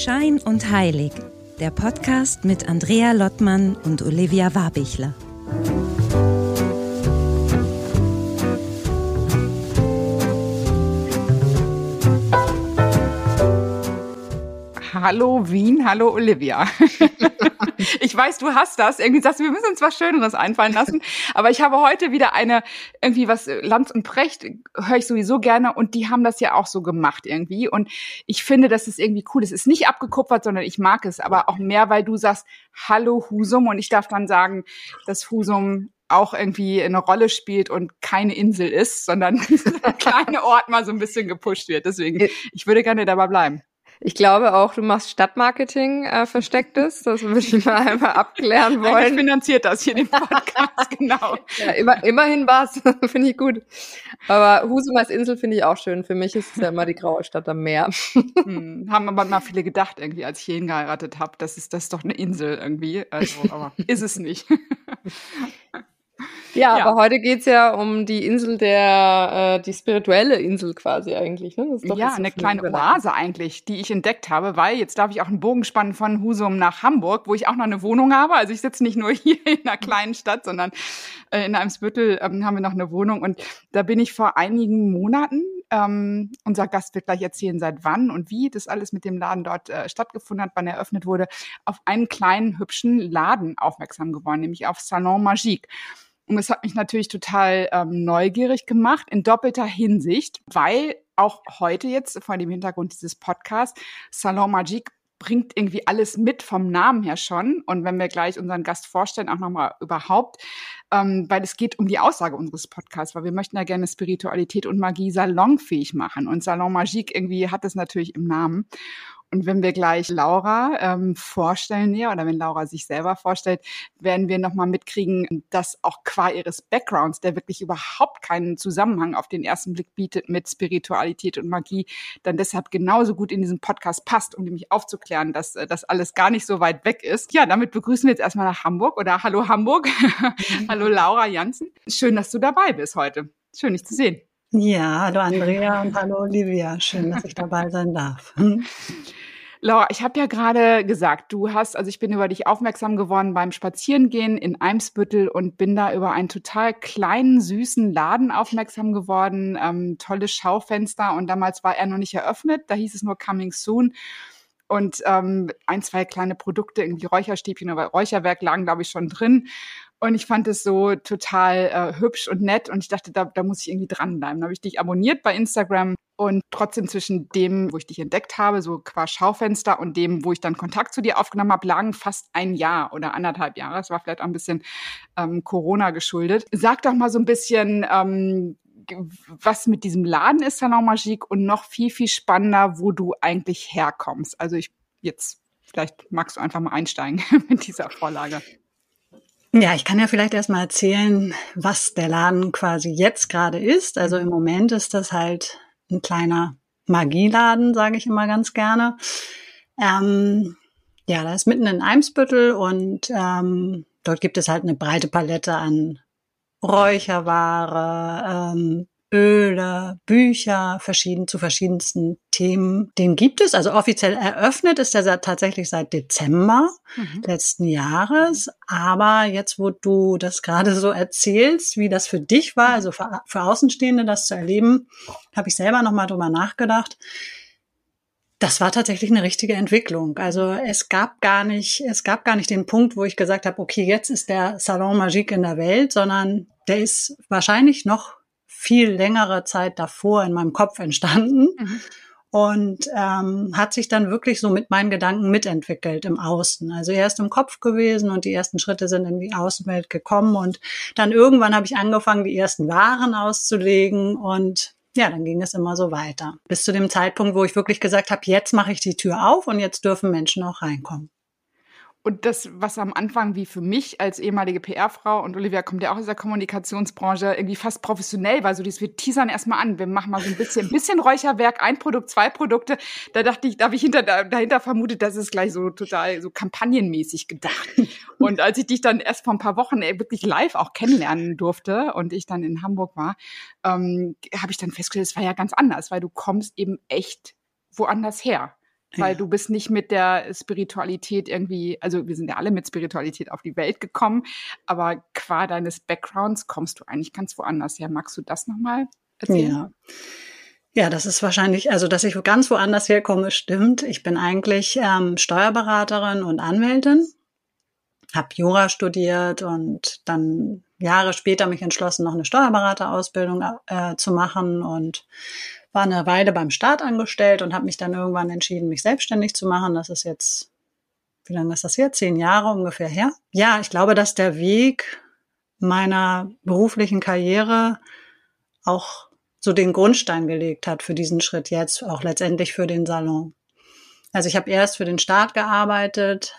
Schein und Heilig, der Podcast mit Andrea Lottmann und Olivia Warbichler. Hallo Wien, hallo Olivia. Ich weiß, du hast das. Irgendwie sagst du, wir müssen uns was Schöneres einfallen lassen. Aber ich habe heute wieder irgendwie was, Lanz und Precht höre ich sowieso gerne. Und die haben das ja auch so gemacht irgendwie. Und ich finde, das ist irgendwie cool. Es ist nicht abgekupfert, sondern ich mag es. Aber auch mehr, weil du sagst, hallo Husum. Und ich darf dann sagen, dass Husum auch irgendwie eine Rolle spielt und keine Insel ist, sondern ein kleiner Ort mal so ein bisschen gepusht wird. Deswegen, ich würde gerne dabei bleiben. Ich glaube auch, du machst Stadtmarketing Verstecktes. Das würde ich mal einmal abklären wollen. Eigentlich finanziert das hier den Podcast, genau. Ja, immerhin war's. Finde ich gut. Aber Husum als Insel finde ich auch schön. Für mich ist es ja immer die graue Stadt am Meer. Haben aber mal viele gedacht, irgendwie, als ich hierhin geheiratet habe, das ist doch eine Insel irgendwie. Also, aber ist es nicht. Ja, aber heute geht's ja um die Insel die spirituelle Insel quasi eigentlich. Ne? Das ist doch ja, eine kleine Oase eigentlich, die ich entdeckt habe, weil jetzt darf ich auch einen Bogen spannen von Husum nach Hamburg, wo ich auch noch eine Wohnung habe. Also ich sitze nicht nur hier in einer kleinen Stadt, sondern in Eimsbüttel haben wir noch eine Wohnung. Und da bin ich vor einigen Monaten, unser Gast wird gleich erzählen, seit wann und wie das alles mit dem Laden dort stattgefunden hat, wann er eröffnet wurde, auf einen kleinen, hübschen Laden aufmerksam geworden, nämlich auf Salon Magique. Und es hat mich natürlich total neugierig gemacht, in doppelter Hinsicht, weil auch heute jetzt, vor dem Hintergrund dieses Podcasts, Salon Magique bringt irgendwie alles mit vom Namen her schon. Und wenn wir gleich unseren Gast vorstellen, auch nochmal überhaupt, weil es geht um die Aussage unseres Podcasts, weil wir möchten ja gerne Spiritualität und Magie salonfähig machen. Und Salon Magique irgendwie hat es natürlich im Namen. Und wenn wir gleich Laura vorstellen, ja, oder wenn Laura sich selber vorstellt, werden wir nochmal mitkriegen, dass auch qua ihres Backgrounds, der wirklich überhaupt keinen Zusammenhang auf den ersten Blick bietet mit Spiritualität und Magie, dann deshalb genauso gut in diesen Podcast passt, um nämlich aufzuklären, dass das alles gar nicht so weit weg ist. Ja, damit begrüßen wir jetzt erstmal nach Hamburg oder hallo Hamburg. Hallo Laura Jansen. Schön, dass du dabei bist heute. Schön, dich zu sehen. Ja, hallo Andrea und hallo Olivia. Schön, dass ich dabei sein darf. Laura, ich habe ja gerade gesagt, ich bin über dich aufmerksam geworden beim Spazierengehen in Eimsbüttel und bin da über einen total kleinen, süßen Laden aufmerksam geworden. Tolle Schaufenster und damals war er noch nicht eröffnet, da hieß es nur Coming Soon. Und ein, zwei kleine Produkte, irgendwie Räucherstäbchen oder Räucherwerk lagen, glaube ich, schon drin. Und ich fand es so total hübsch und nett und ich dachte, da muss ich irgendwie dranbleiben. Da habe ich dich abonniert bei Instagram und trotzdem zwischen dem, wo ich dich entdeckt habe, so qua Schaufenster und dem, wo ich dann Kontakt zu dir aufgenommen habe, lagen fast ein Jahr oder 1,5 Jahre. Das war vielleicht auch ein bisschen Corona geschuldet. Sag doch mal so ein bisschen, was mit diesem Laden ist, Salon Magique, und noch viel, viel spannender, wo du eigentlich herkommst. Also vielleicht magst du einfach mal einsteigen mit dieser Vorlage. Ja, ich kann ja vielleicht erstmal erzählen, was der Laden quasi jetzt gerade ist. Also im Moment ist das halt ein kleiner Magieladen, sage ich immer ganz gerne. Da ist mitten in Eimsbüttel und dort gibt es halt eine breite Palette an Räucherware, Öle, Bücher, zu verschiedensten Themen. Den gibt es, also offiziell eröffnet ist der tatsächlich seit Dezember letzten Jahres. Aber jetzt, wo du das gerade so erzählst, wie das für dich war, also für Außenstehende das zu erleben, habe ich selber nochmal drüber nachgedacht. Das war tatsächlich eine richtige Entwicklung. Also es gab gar nicht den Punkt, wo ich gesagt habe, okay, jetzt ist der Salon Magique in der Welt, sondern der ist wahrscheinlich noch viel längere Zeit davor in meinem Kopf entstanden und hat sich dann wirklich so mit meinen Gedanken mitentwickelt im Außen. Also erst im Kopf gewesen und die ersten Schritte sind in die Außenwelt gekommen und dann irgendwann habe ich angefangen, die ersten Waren auszulegen und ja, dann ging es immer so weiter. Bis zu dem Zeitpunkt, wo ich wirklich gesagt habe, jetzt mache ich die Tür auf und jetzt dürfen Menschen auch reinkommen. Und das, was am Anfang wie für mich als ehemalige PR-Frau, und Olivia kommt ja auch aus der Kommunikationsbranche, irgendwie fast professionell war, so wir teasern erstmal an, wir machen mal so ein bisschen Räucherwerk, 1 Produkt, 2 Produkte. Da dachte ich, dahinter vermutet, das ist gleich so total so kampagnenmäßig gedacht. Und als ich dich dann erst vor ein paar Wochen wirklich live auch kennenlernen durfte und ich dann in Hamburg war, habe ich dann festgestellt, es war ja ganz anders, weil du kommst eben echt woanders her. Weil du bist nicht mit der Spiritualität irgendwie, also wir sind ja alle mit Spiritualität auf die Welt gekommen, aber qua deines Backgrounds kommst du eigentlich ganz woanders her. Magst du das nochmal erzählen? Ja. Ja, das ist wahrscheinlich, also dass ich ganz woanders herkomme, stimmt. Ich bin eigentlich Steuerberaterin und Anwältin, habe Jura studiert und dann Jahre später mich entschlossen, noch eine Steuerberaterausbildung zu machen und war eine Weile beim Staat angestellt und habe mich dann irgendwann entschieden, mich selbstständig zu machen. Das ist jetzt, wie lange ist das her? 10 Jahre ungefähr her. Ja, ich glaube, dass der Weg meiner beruflichen Karriere auch so den Grundstein gelegt hat für diesen Schritt jetzt, auch letztendlich für den Salon. Also ich habe erst für den Staat gearbeitet,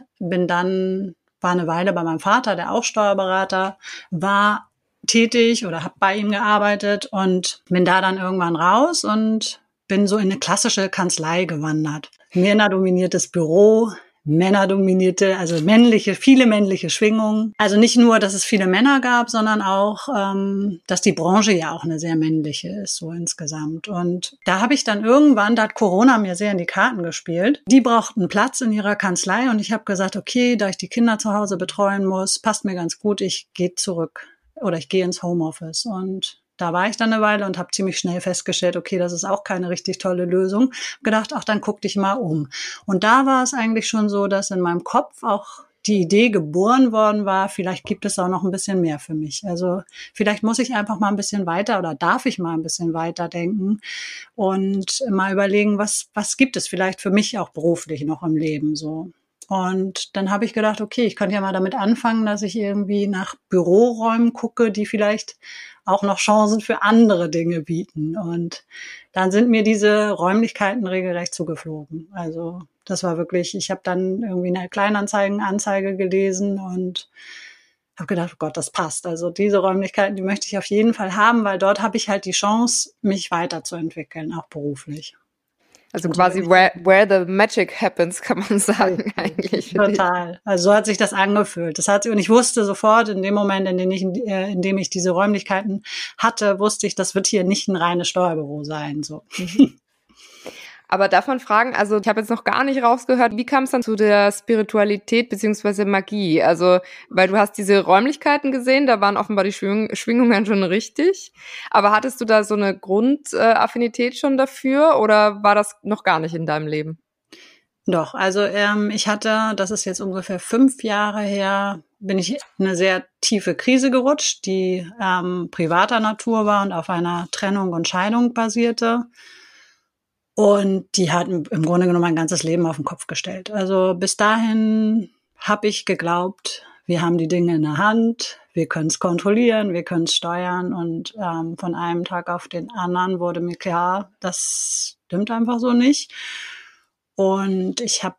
war eine Weile bei meinem Vater, der auch Steuerberater war, tätig oder habe bei ihm gearbeitet und bin da dann irgendwann raus und bin so in eine klassische Kanzlei gewandert. Männerdominiertes Büro, männerdominierte, also viele männliche Schwingungen. Also nicht nur, dass es viele Männer gab, sondern auch, dass die Branche ja auch eine sehr männliche ist, so insgesamt. Und da habe ich dann irgendwann, da hat Corona mir sehr in die Karten gespielt. Die brauchten Platz in ihrer Kanzlei und ich habe gesagt, okay, da ich die Kinder zu Hause betreuen muss, passt mir ganz gut, ich gehe zurück oder ich gehe ins Homeoffice. Und da war ich dann eine Weile und habe ziemlich schnell festgestellt, okay, das ist auch keine richtig tolle Lösung. Gedacht, ach, dann guck dich mal um. Und da war es eigentlich schon so, dass in meinem Kopf auch die Idee geboren worden war, vielleicht gibt es auch noch ein bisschen mehr für mich. Also vielleicht muss ich einfach mal ein bisschen weiter oder darf ich mal ein bisschen weiter denken und mal überlegen, was gibt es vielleicht für mich auch beruflich noch im Leben so. Und dann habe ich gedacht, okay, ich könnte ja mal damit anfangen, dass ich irgendwie nach Büroräumen gucke, die vielleicht auch noch Chancen für andere Dinge bieten. Und dann sind mir diese Räumlichkeiten regelrecht zugeflogen. Also das war wirklich, ich habe dann irgendwie eine Kleinanzeige gelesen und habe gedacht, oh Gott, das passt. Also diese Räumlichkeiten, die möchte ich auf jeden Fall haben, weil dort habe ich halt die Chance, mich weiterzuentwickeln, auch beruflich. Also quasi where the magic happens, kann man sagen eigentlich. Total. Also so hat sich das angefühlt. Und ich wusste sofort, in dem Moment, in dem ich diese Räumlichkeiten hatte, wusste ich, das wird hier nicht ein reines Steuerbüro sein. So. Aber darf man fragen, also ich habe jetzt noch gar nicht rausgehört, wie kam es dann zu der Spiritualität beziehungsweise Magie? Also, weil du hast diese Räumlichkeiten gesehen, da waren offenbar die Schwingungen schon richtig. Aber hattest du da so eine Grundaffinität schon dafür oder war das noch gar nicht in deinem Leben? Doch, also ich hatte, das ist jetzt ungefähr 5 Jahre her, bin ich in eine sehr tiefe Krise gerutscht, die privater Natur war und auf einer Trennung und Scheidung basierte. Und die hat im Grunde genommen mein ganzes Leben auf den Kopf gestellt. Also bis dahin habe ich geglaubt, wir haben die Dinge in der Hand, wir können es kontrollieren, wir können es steuern. Und von einem Tag auf den anderen wurde mir klar, das stimmt einfach so nicht. Und ich habe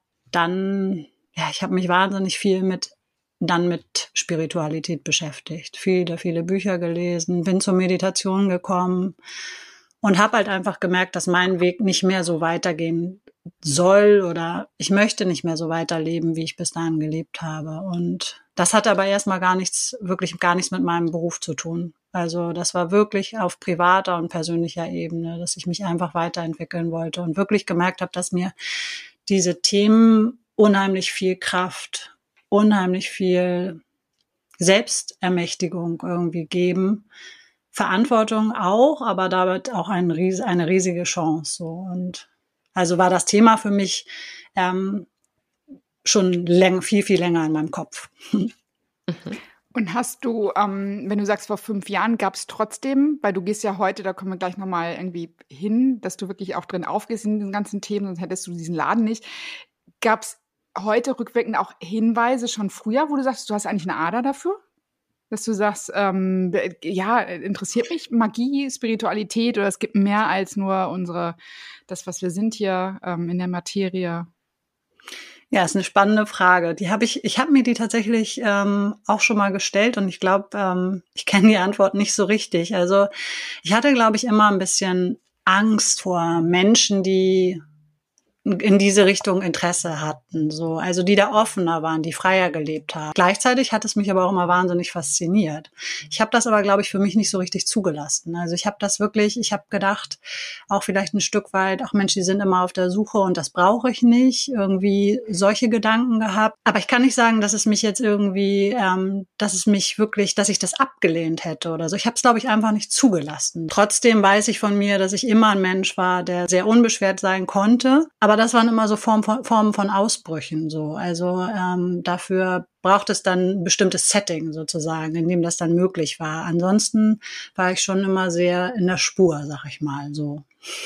mich wahnsinnig viel mit Spiritualität beschäftigt. Viele, viele Bücher gelesen, bin zur Meditation gekommen. Und habe halt einfach gemerkt, dass mein Weg nicht mehr so weitergehen soll oder ich möchte nicht mehr so weiterleben, wie ich bis dahin gelebt habe. Und das hatte aber erstmal gar nichts mit meinem Beruf zu tun. Also das war wirklich auf privater und persönlicher Ebene, dass ich mich einfach weiterentwickeln wollte und wirklich gemerkt habe, dass mir diese Themen unheimlich viel Kraft, unheimlich viel Selbstermächtigung irgendwie geben. Verantwortung auch, aber damit auch eine riesige Chance. So. Und also war das Thema für mich schon viel, viel länger in meinem Kopf. Und hast du, wenn du sagst, vor 5 Jahren gab es trotzdem, weil du gehst ja heute, da kommen wir gleich nochmal irgendwie hin, dass du wirklich auch drin aufgehst in diesen ganzen Themen, sonst hättest du diesen Laden nicht. Gab es heute rückwirkend auch Hinweise schon früher, wo du sagst, du hast eigentlich eine Ader dafür? Dass du sagst, ja, interessiert mich Magie, Spiritualität oder es gibt mehr als nur das, was wir sind hier in der Materie? Ja, ist eine spannende Frage. Ich habe mir die tatsächlich auch schon mal gestellt und ich glaube, ich kenne die Antwort nicht so richtig. Also ich hatte, glaube ich, immer ein bisschen Angst vor Menschen, die in diese Richtung Interesse hatten, so, also die da offener waren, die freier gelebt haben. Gleichzeitig hat es mich aber auch immer wahnsinnig fasziniert. Ich habe das aber, glaube ich, für mich nicht so richtig zugelassen. Also ich habe gedacht, auch vielleicht ein Stück weit, auch Mensch, die sind immer auf der Suche und das brauche ich nicht, irgendwie solche Gedanken gehabt. Aber ich kann nicht sagen, dass es mich jetzt irgendwie, dass ich das abgelehnt hätte oder so. Ich habe es, glaube ich, einfach nicht zugelassen. Trotzdem weiß ich von mir, dass ich immer ein Mensch war, der sehr unbeschwert sein konnte. Aber das waren immer so Formen von Ausbrüchen, so. Also dafür braucht es dann ein bestimmtes Setting sozusagen, in dem das dann möglich war. Ansonsten war ich schon immer sehr in der Spur, sag ich mal, so.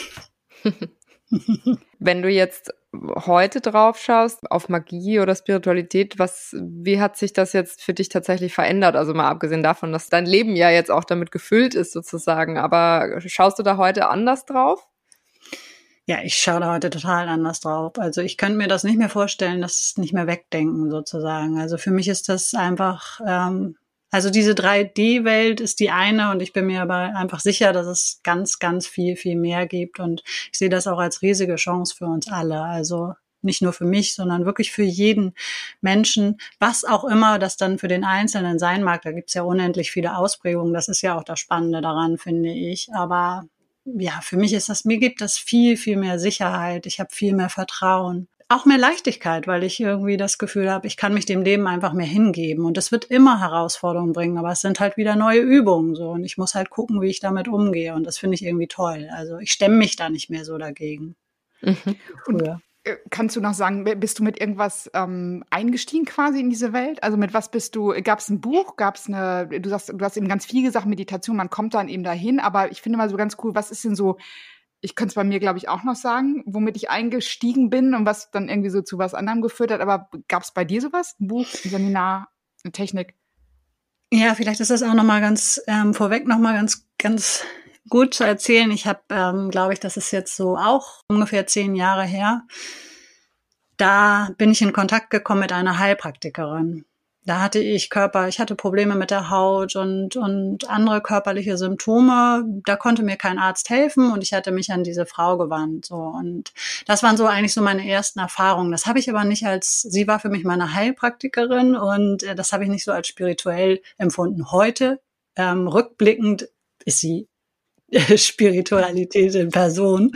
Wenn du jetzt heute drauf schaust, auf Magie oder Spiritualität, wie hat sich das jetzt für dich tatsächlich verändert? Also mal abgesehen davon, dass dein Leben ja jetzt auch damit gefüllt ist sozusagen, aber schaust du da heute anders drauf? Ja, ich schaue da heute total anders drauf. Also ich könnte mir das nicht mehr vorstellen, das nicht mehr wegdenken sozusagen. Also für mich ist das einfach, also diese 3D-Welt ist die eine und ich bin mir aber einfach sicher, dass es ganz, ganz viel, viel mehr gibt und ich sehe das auch als riesige Chance für uns alle. Also nicht nur für mich, sondern wirklich für jeden Menschen, was auch immer das dann für den Einzelnen sein mag. Da gibt's ja unendlich viele Ausprägungen. Das ist ja auch das Spannende daran, finde ich. Aber ja, für mich mir gibt das viel, viel mehr Sicherheit. Ich habe viel mehr Vertrauen. Auch mehr Leichtigkeit, weil ich irgendwie das Gefühl habe, ich kann mich dem Leben einfach mehr hingeben. Und es wird immer Herausforderungen bringen, aber es sind halt wieder neue Übungen so. Und ich muss halt gucken, wie ich damit umgehe. Und das finde ich irgendwie toll. Also ich stemme mich da nicht mehr so dagegen. Und kannst du noch sagen, bist du mit irgendwas eingestiegen quasi in diese Welt? Also mit was gab es ein Buch, du hast eben ganz viel gesagt, Meditation, man kommt dann eben dahin, aber ich finde mal so ganz cool, was ist denn so, ich könnte es bei mir, glaube ich, auch noch sagen, womit ich eingestiegen bin und was dann irgendwie so zu was anderem geführt hat, aber gab es bei dir sowas? Ein Buch, ein Seminar, eine Technik? Ja, vielleicht ist das auch nochmal vorweg nochmal ganz gut zu erzählen. Ich habe, glaube ich, das ist jetzt so auch ungefähr 10 Jahre her. Da bin ich in Kontakt gekommen mit einer Heilpraktikerin. Da hatte ich hatte Probleme mit der Haut und andere körperliche Symptome. Da konnte mir kein Arzt helfen und ich hatte mich an diese Frau gewandt. So. Und das waren so eigentlich so meine ersten Erfahrungen. Das habe ich aber nicht sie war für mich meine Heilpraktikerin und das habe ich nicht so als spirituell empfunden. Heute, rückblickend, ist sie Spiritualität in Person.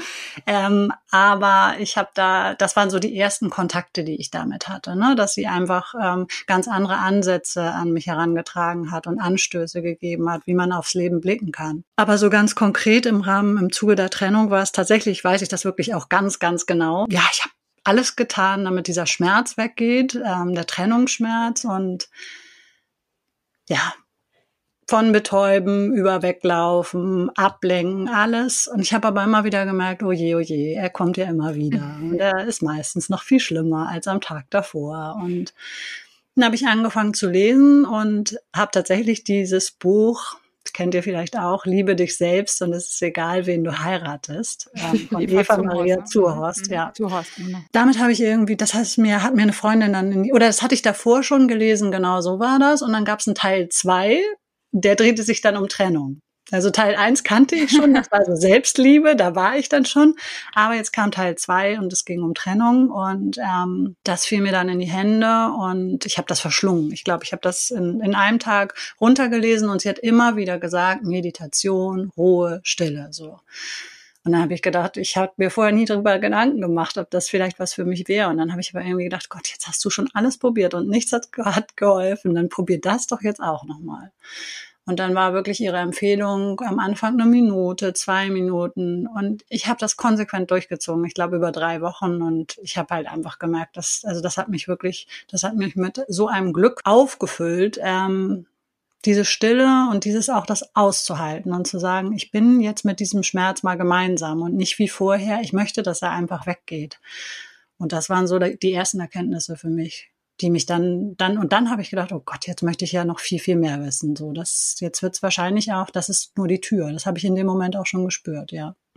Aber das waren so die ersten Kontakte, die ich damit hatte, ne? Dass sie einfach ganz andere Ansätze an mich herangetragen hat und Anstöße gegeben hat, wie man aufs Leben blicken kann. Aber so ganz konkret im Zuge der Trennung war es tatsächlich, weiß ich das wirklich auch ganz, ganz genau. Ja, ich habe alles getan, damit dieser Schmerz weggeht, der Trennungsschmerz und ja, von Betäuben über Weglaufen, Ablenken, alles. Und ich habe aber immer wieder gemerkt, oh je, er kommt ja immer wieder. Und er ist meistens noch viel schlimmer als am Tag davor. Und dann habe ich angefangen zu lesen und habe tatsächlich dieses Buch, kennt ihr vielleicht auch, Liebe dich selbst und es ist egal, wen du heiratest, von Eva Maria Zurhorst. Ja. Zurhorst, genau. Damit habe ich irgendwie, das hat mir eine Freundin dann, oder das hatte ich davor schon gelesen, genau so war das. Und dann gab es einen Teil 2, der drehte sich dann um Trennung. Also Teil 1 kannte ich schon, das war so Selbstliebe, da war ich dann schon. Aber jetzt kam Teil 2 und es ging um Trennung und das fiel mir dann in die Hände und ich habe das verschlungen. Ich glaube, ich habe das in einem Tag runtergelesen und sie hat immer wieder gesagt, Meditation, Ruhe, Stille, so. Und dann habe ich gedacht, ich habe mir vorher nie darüber Gedanken gemacht, ob das vielleicht was für mich wäre. Und dann habe ich aber irgendwie gedacht, Gott, jetzt hast du schon alles probiert und nichts hat geholfen. Dann probier das doch jetzt auch nochmal. Und dann war wirklich ihre Empfehlung am Anfang 1 Minute, 2 Minuten. Und ich habe das konsequent durchgezogen. Ich glaube über 3 Wochen. Und ich habe halt einfach gemerkt, das hat mich mit so einem Glück aufgefüllt, diese Stille und dieses auch das auszuhalten und zu sagen, ich bin jetzt mit diesem Schmerz mal gemeinsam und nicht wie vorher. Ich möchte, dass er einfach weggeht. Und das waren so die ersten Erkenntnisse für mich, die mich dann habe ich gedacht, oh Gott, jetzt möchte ich ja noch viel, viel mehr wissen. So, jetzt wird's wahrscheinlich auch, das ist nur die Tür. Das habe ich in dem Moment auch schon gespürt, ja.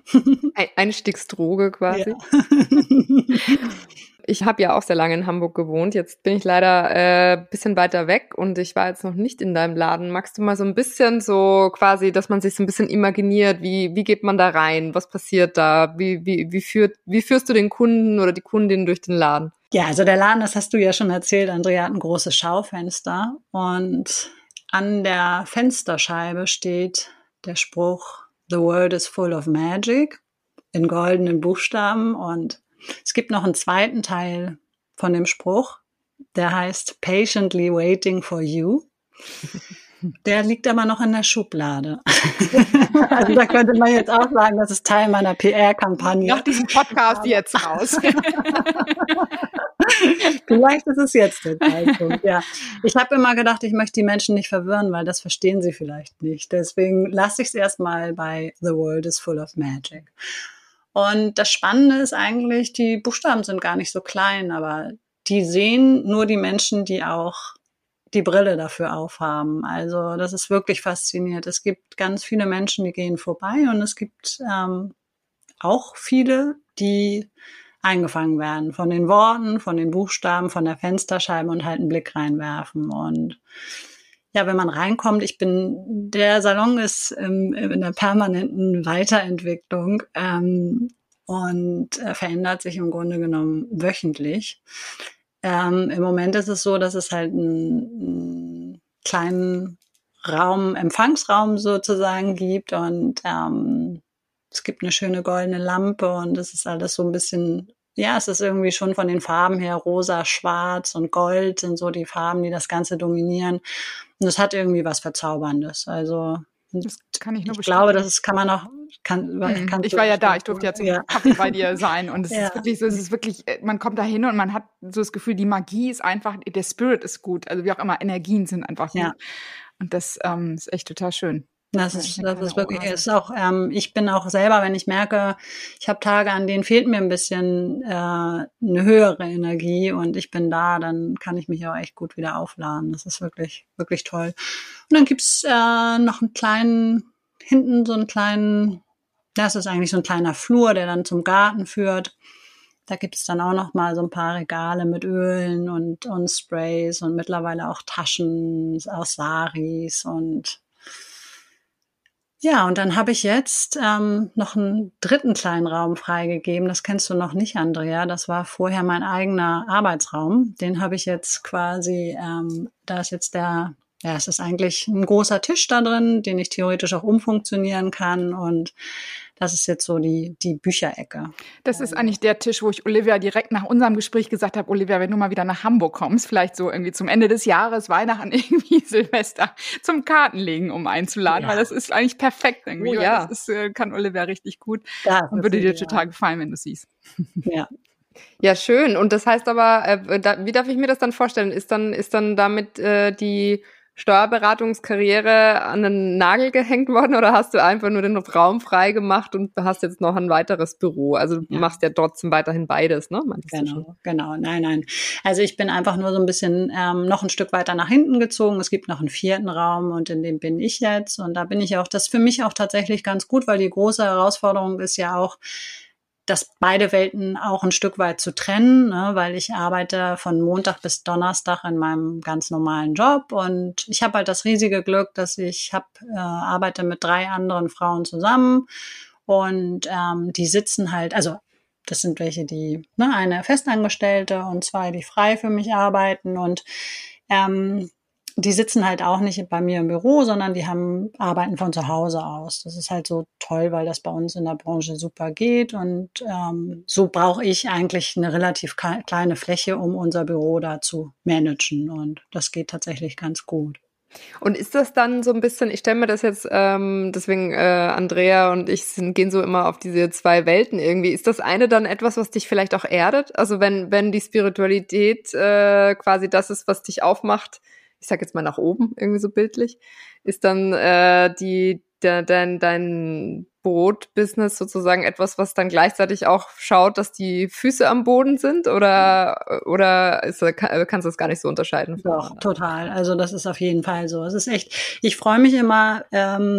Einstiegsdroge quasi. Ja. Ich habe ja auch sehr lange in Hamburg gewohnt. Jetzt bin ich leider bisschen weiter weg und ich war jetzt noch nicht in deinem Laden. Magst du mal so ein bisschen so quasi, dass man sich so ein bisschen imaginiert, wie geht man da rein? Was passiert da? Wie führst du den Kunden oder die Kundin durch den Laden? Ja, also der Laden, das hast du ja schon erzählt, Andrea, hat ein großes Schaufenster und an der Fensterscheibe steht der Spruch "The world is full of magic" in goldenen Buchstaben und es gibt noch einen zweiten Teil von dem Spruch, der heißt "Patiently waiting for you". Der liegt aber noch in der Schublade. Also da könnte man jetzt auch sagen, das ist Teil meiner PR-Kampagne. Nach diesem Podcast jetzt raus. Vielleicht ist es jetzt der Zeitpunkt, ja. Ich habe immer gedacht, ich möchte die Menschen nicht verwirren, weil das verstehen sie vielleicht nicht. Deswegen lasse ich es erstmal bei "The world is full of magic". Und das Spannende ist eigentlich, die Buchstaben sind gar nicht so klein, aber die sehen nur die Menschen, die auch die Brille dafür aufhaben. Also das ist wirklich faszinierend. Es gibt ganz viele Menschen, die gehen vorbei und es gibt auch viele, die eingefangen werden von den Worten, von den Buchstaben, von der Fensterscheibe und halt einen Blick reinwerfen. Und ja, wenn man reinkommt, der Salon ist in der permanenten Weiterentwicklung und verändert sich im Grunde genommen wöchentlich. Im Moment ist es so, dass es halt einen kleinen Empfangsraum sozusagen gibt und es gibt eine schöne goldene Lampe und es ist alles so ein bisschen, ja, es ist irgendwie schon von den Farben her rosa, schwarz und gold sind so die Farben, die das Ganze dominieren. Und es hat irgendwie was Verzauberndes. Also das kann ich nur bestätigen. Ich glaube, das kann man auch. Ich war ja da, ich durfte ja zum Kaffee bei dir sein und es ist wirklich so, man kommt da hin und man hat so das Gefühl, die Magie ist einfach, der Spirit ist gut, also wie auch immer, Energien sind einfach gut. Und das ist echt total schön. Das ist wirklich, ist auch, ich bin auch selber, wenn ich merke, ich habe Tage, an denen fehlt mir ein bisschen eine höhere Energie und ich bin da, dann kann ich mich auch echt gut wieder aufladen. Das ist wirklich, wirklich toll. Und dann gibt's noch hinten so einen kleinen, das ist eigentlich so ein kleiner Flur, der dann zum Garten führt. Da gibt's dann auch noch mal so ein paar Regale mit Ölen und Sprays und mittlerweile auch Taschen aus Saris und ja, und dann habe ich jetzt noch einen dritten kleinen Raum freigegeben. Das kennst du noch nicht, Andrea. Das war vorher mein eigener Arbeitsraum. Den habe ich jetzt quasi, da ist jetzt es ist eigentlich ein großer Tisch da drin, den ich theoretisch auch umfunktionieren kann. Und das ist jetzt so die Bücherecke. Das ist eigentlich der Tisch, wo ich Olivia direkt nach unserem Gespräch gesagt habe, Olivia, wenn du mal wieder nach Hamburg kommst, vielleicht so irgendwie zum Ende des Jahres, Weihnachten, irgendwie Silvester, zum Kartenlegen, um einzuladen, weil das ist eigentlich perfekt irgendwie. Oh, ja. Das kann Olivia richtig gut und würde dir total gefallen, wenn du siehst. Ja. Ja, schön. Und das heißt aber, wie darf ich mir das dann vorstellen? Ist dann damit die Steuerberatungskarriere an den Nagel gehängt worden oder hast du einfach nur den Raum frei gemacht und hast jetzt noch ein weiteres Büro? Also du machst ja trotzdem weiterhin beides, ne? Genau. Nein. Also ich bin einfach nur so ein bisschen noch ein Stück weiter nach hinten gezogen. Es gibt noch einen vierten Raum und in dem bin ich jetzt. Und da bin ich auch, das ist für mich auch tatsächlich ganz gut, weil die große Herausforderung ist ja auch, dass beide Welten auch ein Stück weit zu trennen, ne, weil ich arbeite von Montag bis Donnerstag in meinem ganz normalen Job und ich habe halt das riesige Glück, dass ich arbeite mit 3 anderen Frauen zusammen und die sitzen halt, also das sind welche, die, eine Festangestellte und 2, die frei für mich arbeiten und die sitzen halt auch nicht bei mir im Büro, sondern die arbeiten von zu Hause aus. Das ist halt so toll, weil das bei uns in der Branche super geht. Und so brauche ich eigentlich eine relativ kleine Fläche, um unser Büro da zu managen. Und das geht tatsächlich ganz gut. Und ist das dann so ein bisschen, ich stelle mir das jetzt, deswegen Andrea und ich gehen so immer auf diese 2 Welten irgendwie. Ist das eine dann etwas, was dich vielleicht auch erdet? Also wenn die Spiritualität quasi das ist, was dich aufmacht, ich sag jetzt mal nach oben, irgendwie so bildlich, ist dann dein Brotbusiness sozusagen etwas, was dann gleichzeitig auch schaut, dass die Füße am Boden sind oder kannst du das gar nicht so unterscheiden? Doch, total. Also das ist auf jeden Fall so. Es ist echt, ich freue mich immer,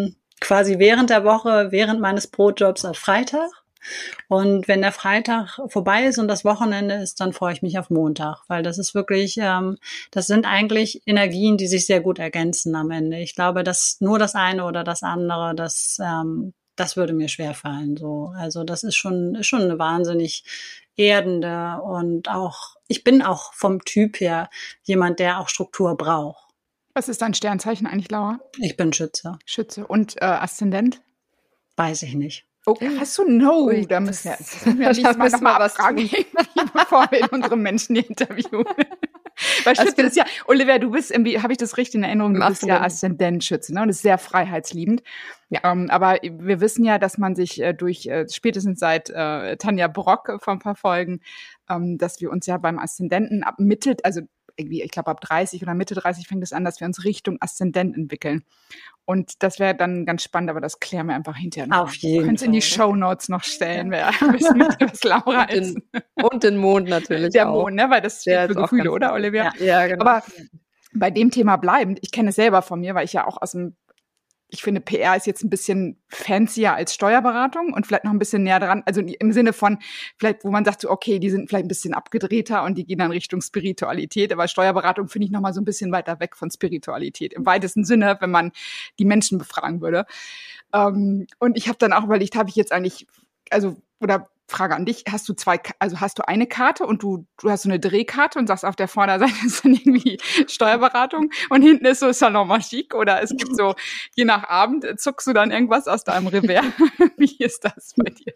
quasi während der Woche, während meines Brotjobs am Freitag. Und wenn der Freitag vorbei ist und das Wochenende ist, dann freue ich mich auf Montag, weil das ist wirklich, das sind eigentlich Energien, die sich sehr gut ergänzen am Ende. Ich glaube, dass nur das eine oder das andere, das würde mir schwerfallen. So, also das ist schon eine wahnsinnig erdende und auch, ich bin auch vom Typ her jemand, der auch Struktur braucht. Was ist dein Sternzeichen eigentlich, Laura? Ich bin Schütze. Schütze. Und Aszendent? Weiß ich nicht. Oh, hast du No? Ui, Da müssen wir nächstes Mal noch mal was fragen, bevor wir unsere Menschen hier interviewen. Weil Schütze ist ja, Olivia, du bist irgendwie, habe ich das richtig in Erinnerung, du bist ja Aszendent-Schütze, ne? Und ist sehr freiheitsliebend. Ja. Aber wir wissen ja, dass man sich durch, spätestens seit Tanja Brock vom Verfolgen, dass wir uns ja beim Aszendenten ab Mitte, also irgendwie, ich glaube ab 30 oder Mitte 30 fängt es an, dass wir uns Richtung Aszendent entwickeln. Und das wäre dann ganz spannend, aber das klären wir einfach hinterher noch. Auf jeden Fall. Könnt in die Shownotes noch stellen, wer wissen möchte, was Laura ist. Und den Mond natürlich Der auch. Mond, ne? Weil das steht für Gefühle, oder, Olivia? Ja, genau. Aber bei dem Thema bleibend, ich kenne es selber von mir, weil ich ja auch ich finde, PR ist jetzt ein bisschen fancier als Steuerberatung und vielleicht noch ein bisschen näher dran, also im Sinne von, vielleicht, wo man sagt, so, okay, die sind vielleicht ein bisschen abgedrehter und die gehen dann Richtung Spiritualität, aber Steuerberatung finde ich noch mal so ein bisschen weiter weg von Spiritualität, im weitesten Sinne, wenn man die Menschen befragen würde. Und ich habe dann auch überlegt, habe ich jetzt eigentlich, oder Frage an dich, hast du eine Karte und du hast so eine Drehkarte und sagst, auf der Vorderseite ist dann irgendwie Steuerberatung und hinten ist so Salon Magique oder es gibt so, je nach Abend, zuckst du dann irgendwas aus deinem Revers? Wie ist das bei dir?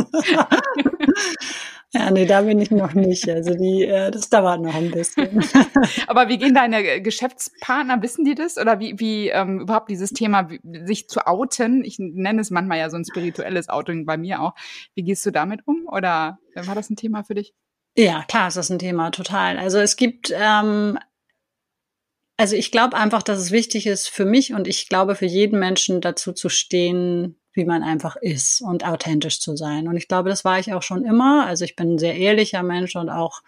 Ja, nee, da bin ich noch nicht. Also das dauert noch ein bisschen. Aber wie gehen deine Geschäftspartner, wissen die das? Oder wie überhaupt dieses Thema, sich zu outen? Ich nenne es manchmal ja so ein spirituelles Outing bei mir auch. Wie gehst du damit um? Oder war das ein Thema für dich? Ja, klar, ist das ein Thema, total. Also es gibt, ich glaube einfach, dass es wichtig ist für mich und ich glaube für jeden Menschen dazu zu stehen, wie man einfach ist und authentisch zu sein. Und ich glaube, das war ich auch schon immer. Also ich bin ein sehr ehrlicher Mensch und auch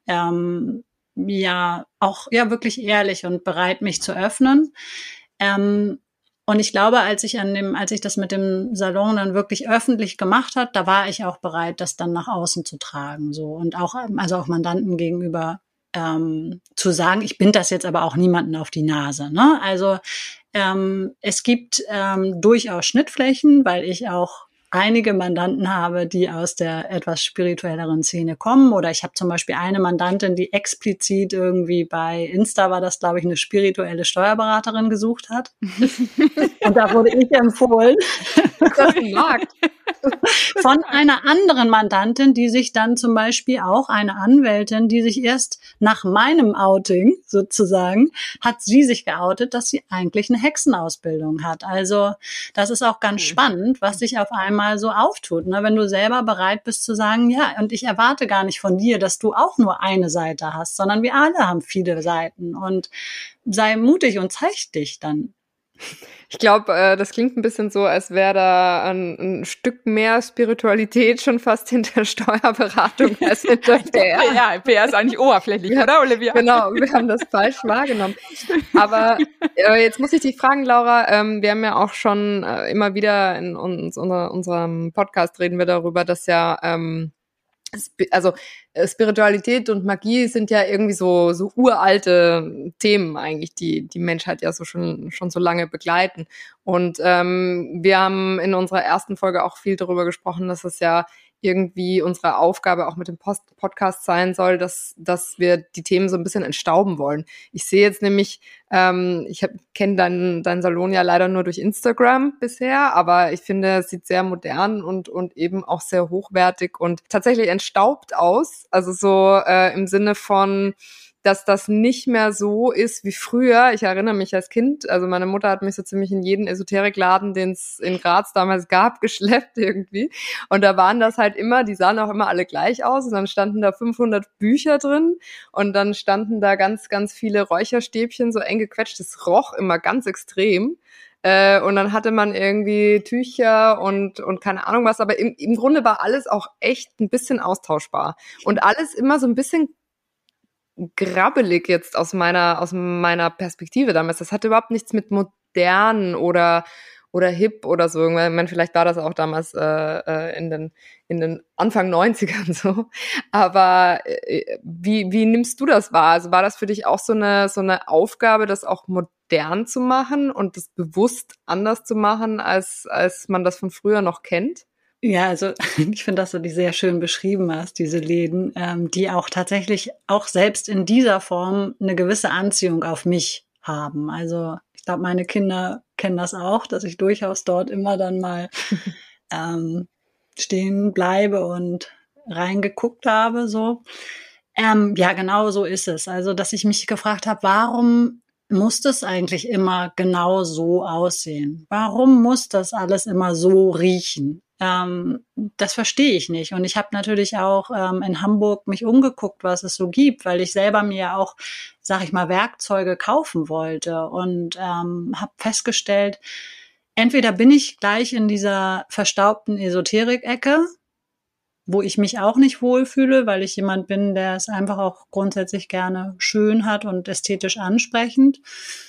wirklich ehrlich und bereit, mich zu öffnen. Und ich glaube, als ich das mit dem Salon dann wirklich öffentlich gemacht hat, da war ich auch bereit, das dann nach außen zu tragen, so und auch Mandanten gegenüber zu sagen, ich bind das jetzt aber auch niemanden auf die Nase, ne? Also es gibt durchaus Schnittflächen, weil ich auch einige Mandanten habe, die aus der etwas spirituelleren Szene kommen. Oder ich habe zum Beispiel eine Mandantin, die explizit irgendwie bei Insta war das, glaube ich, eine spirituelle Steuerberaterin gesucht hat. Und da wurde ich empfohlen. Das mag. Von einer anderen Mandantin, die sich dann zum Beispiel auch eine Anwältin, die sich erst nach meinem Outing sozusagen, hat sie sich geoutet, dass sie eigentlich eine Hexenausbildung hat. Also das ist auch ganz spannend, was sich auf einmal so auftut, ne? Wenn du selber bereit bist zu sagen, ja, und ich erwarte gar nicht von dir, dass du auch nur eine Seite hast, sondern wir alle haben viele Seiten und sei mutig und zeig dich dann. Ich glaube, das klingt ein bisschen so, als wäre da ein Stück mehr Spiritualität schon fast hinter Steuerberatung als hinter PR. Ja, PR ist eigentlich oberflächlich, ja, oder, Olivia? Genau, wir haben das falsch wahrgenommen. Aber jetzt muss ich dich fragen, Laura, wir haben ja auch schon immer wieder in unserem Podcast reden wir darüber, dass ja Spiritualität und Magie sind ja irgendwie so uralte Themen eigentlich, die Menschheit ja schon so lange begleiten. Und wir haben in unserer ersten Folge auch viel darüber gesprochen, dass es ja irgendwie unsere Aufgabe auch mit dem Podcast sein soll, dass wir die Themen so ein bisschen entstauben wollen. Ich sehe jetzt nämlich, ich kenne deinen Salon ja leider nur durch Instagram bisher, aber ich finde, es sieht sehr modern und eben auch sehr hochwertig und tatsächlich entstaubt aus. Also so im Sinne von, dass das nicht mehr so ist wie früher. Ich erinnere mich als Kind, also meine Mutter hat mich so ziemlich in jeden Esoterikladen, den es in Graz damals gab, geschleppt irgendwie. Und da waren das halt immer, die sahen auch immer alle gleich aus. Und dann standen da 500 Bücher drin und dann standen da ganz, ganz viele Räucherstäbchen, so eng gequetscht. Das roch immer ganz extrem. Und dann hatte man irgendwie Tücher und keine Ahnung was. Aber im Grunde war alles auch echt ein bisschen austauschbar. Und alles immer so ein bisschen grabbelig jetzt aus meiner Perspektive damals. Das hatte überhaupt nichts mit modern oder oder hip oder so. Ich meine, vielleicht war das auch damals in den Anfang 90ern so. Aber wie nimmst du das wahr? Also war das für dich auch so eine Aufgabe, das auch modern zu machen und das bewusst anders zu machen, als man das von früher noch kennt? Ja, also ich finde, dass du die sehr schön beschrieben hast, diese Läden, die auch tatsächlich auch selbst in dieser Form eine gewisse Anziehung auf mich haben. Also ich glaube, meine Kinder kennen das auch, dass ich durchaus dort immer dann mal stehen bleibe und reingeguckt habe. So, ja, genau so ist es. Also, dass ich mich gefragt habe, warum muss das eigentlich immer genau so aussehen? Warum muss das alles immer so riechen? Das verstehe ich nicht. Und ich habe natürlich auch in Hamburg mich umgeguckt, was es so gibt, weil ich selber mir auch, sag ich mal, Werkzeuge kaufen wollte und habe festgestellt, entweder bin ich gleich in dieser verstaubten Esoterik-Ecke, wo ich mich auch nicht wohlfühle, weil ich jemand bin, der es einfach auch grundsätzlich gerne schön hat und ästhetisch ansprechend.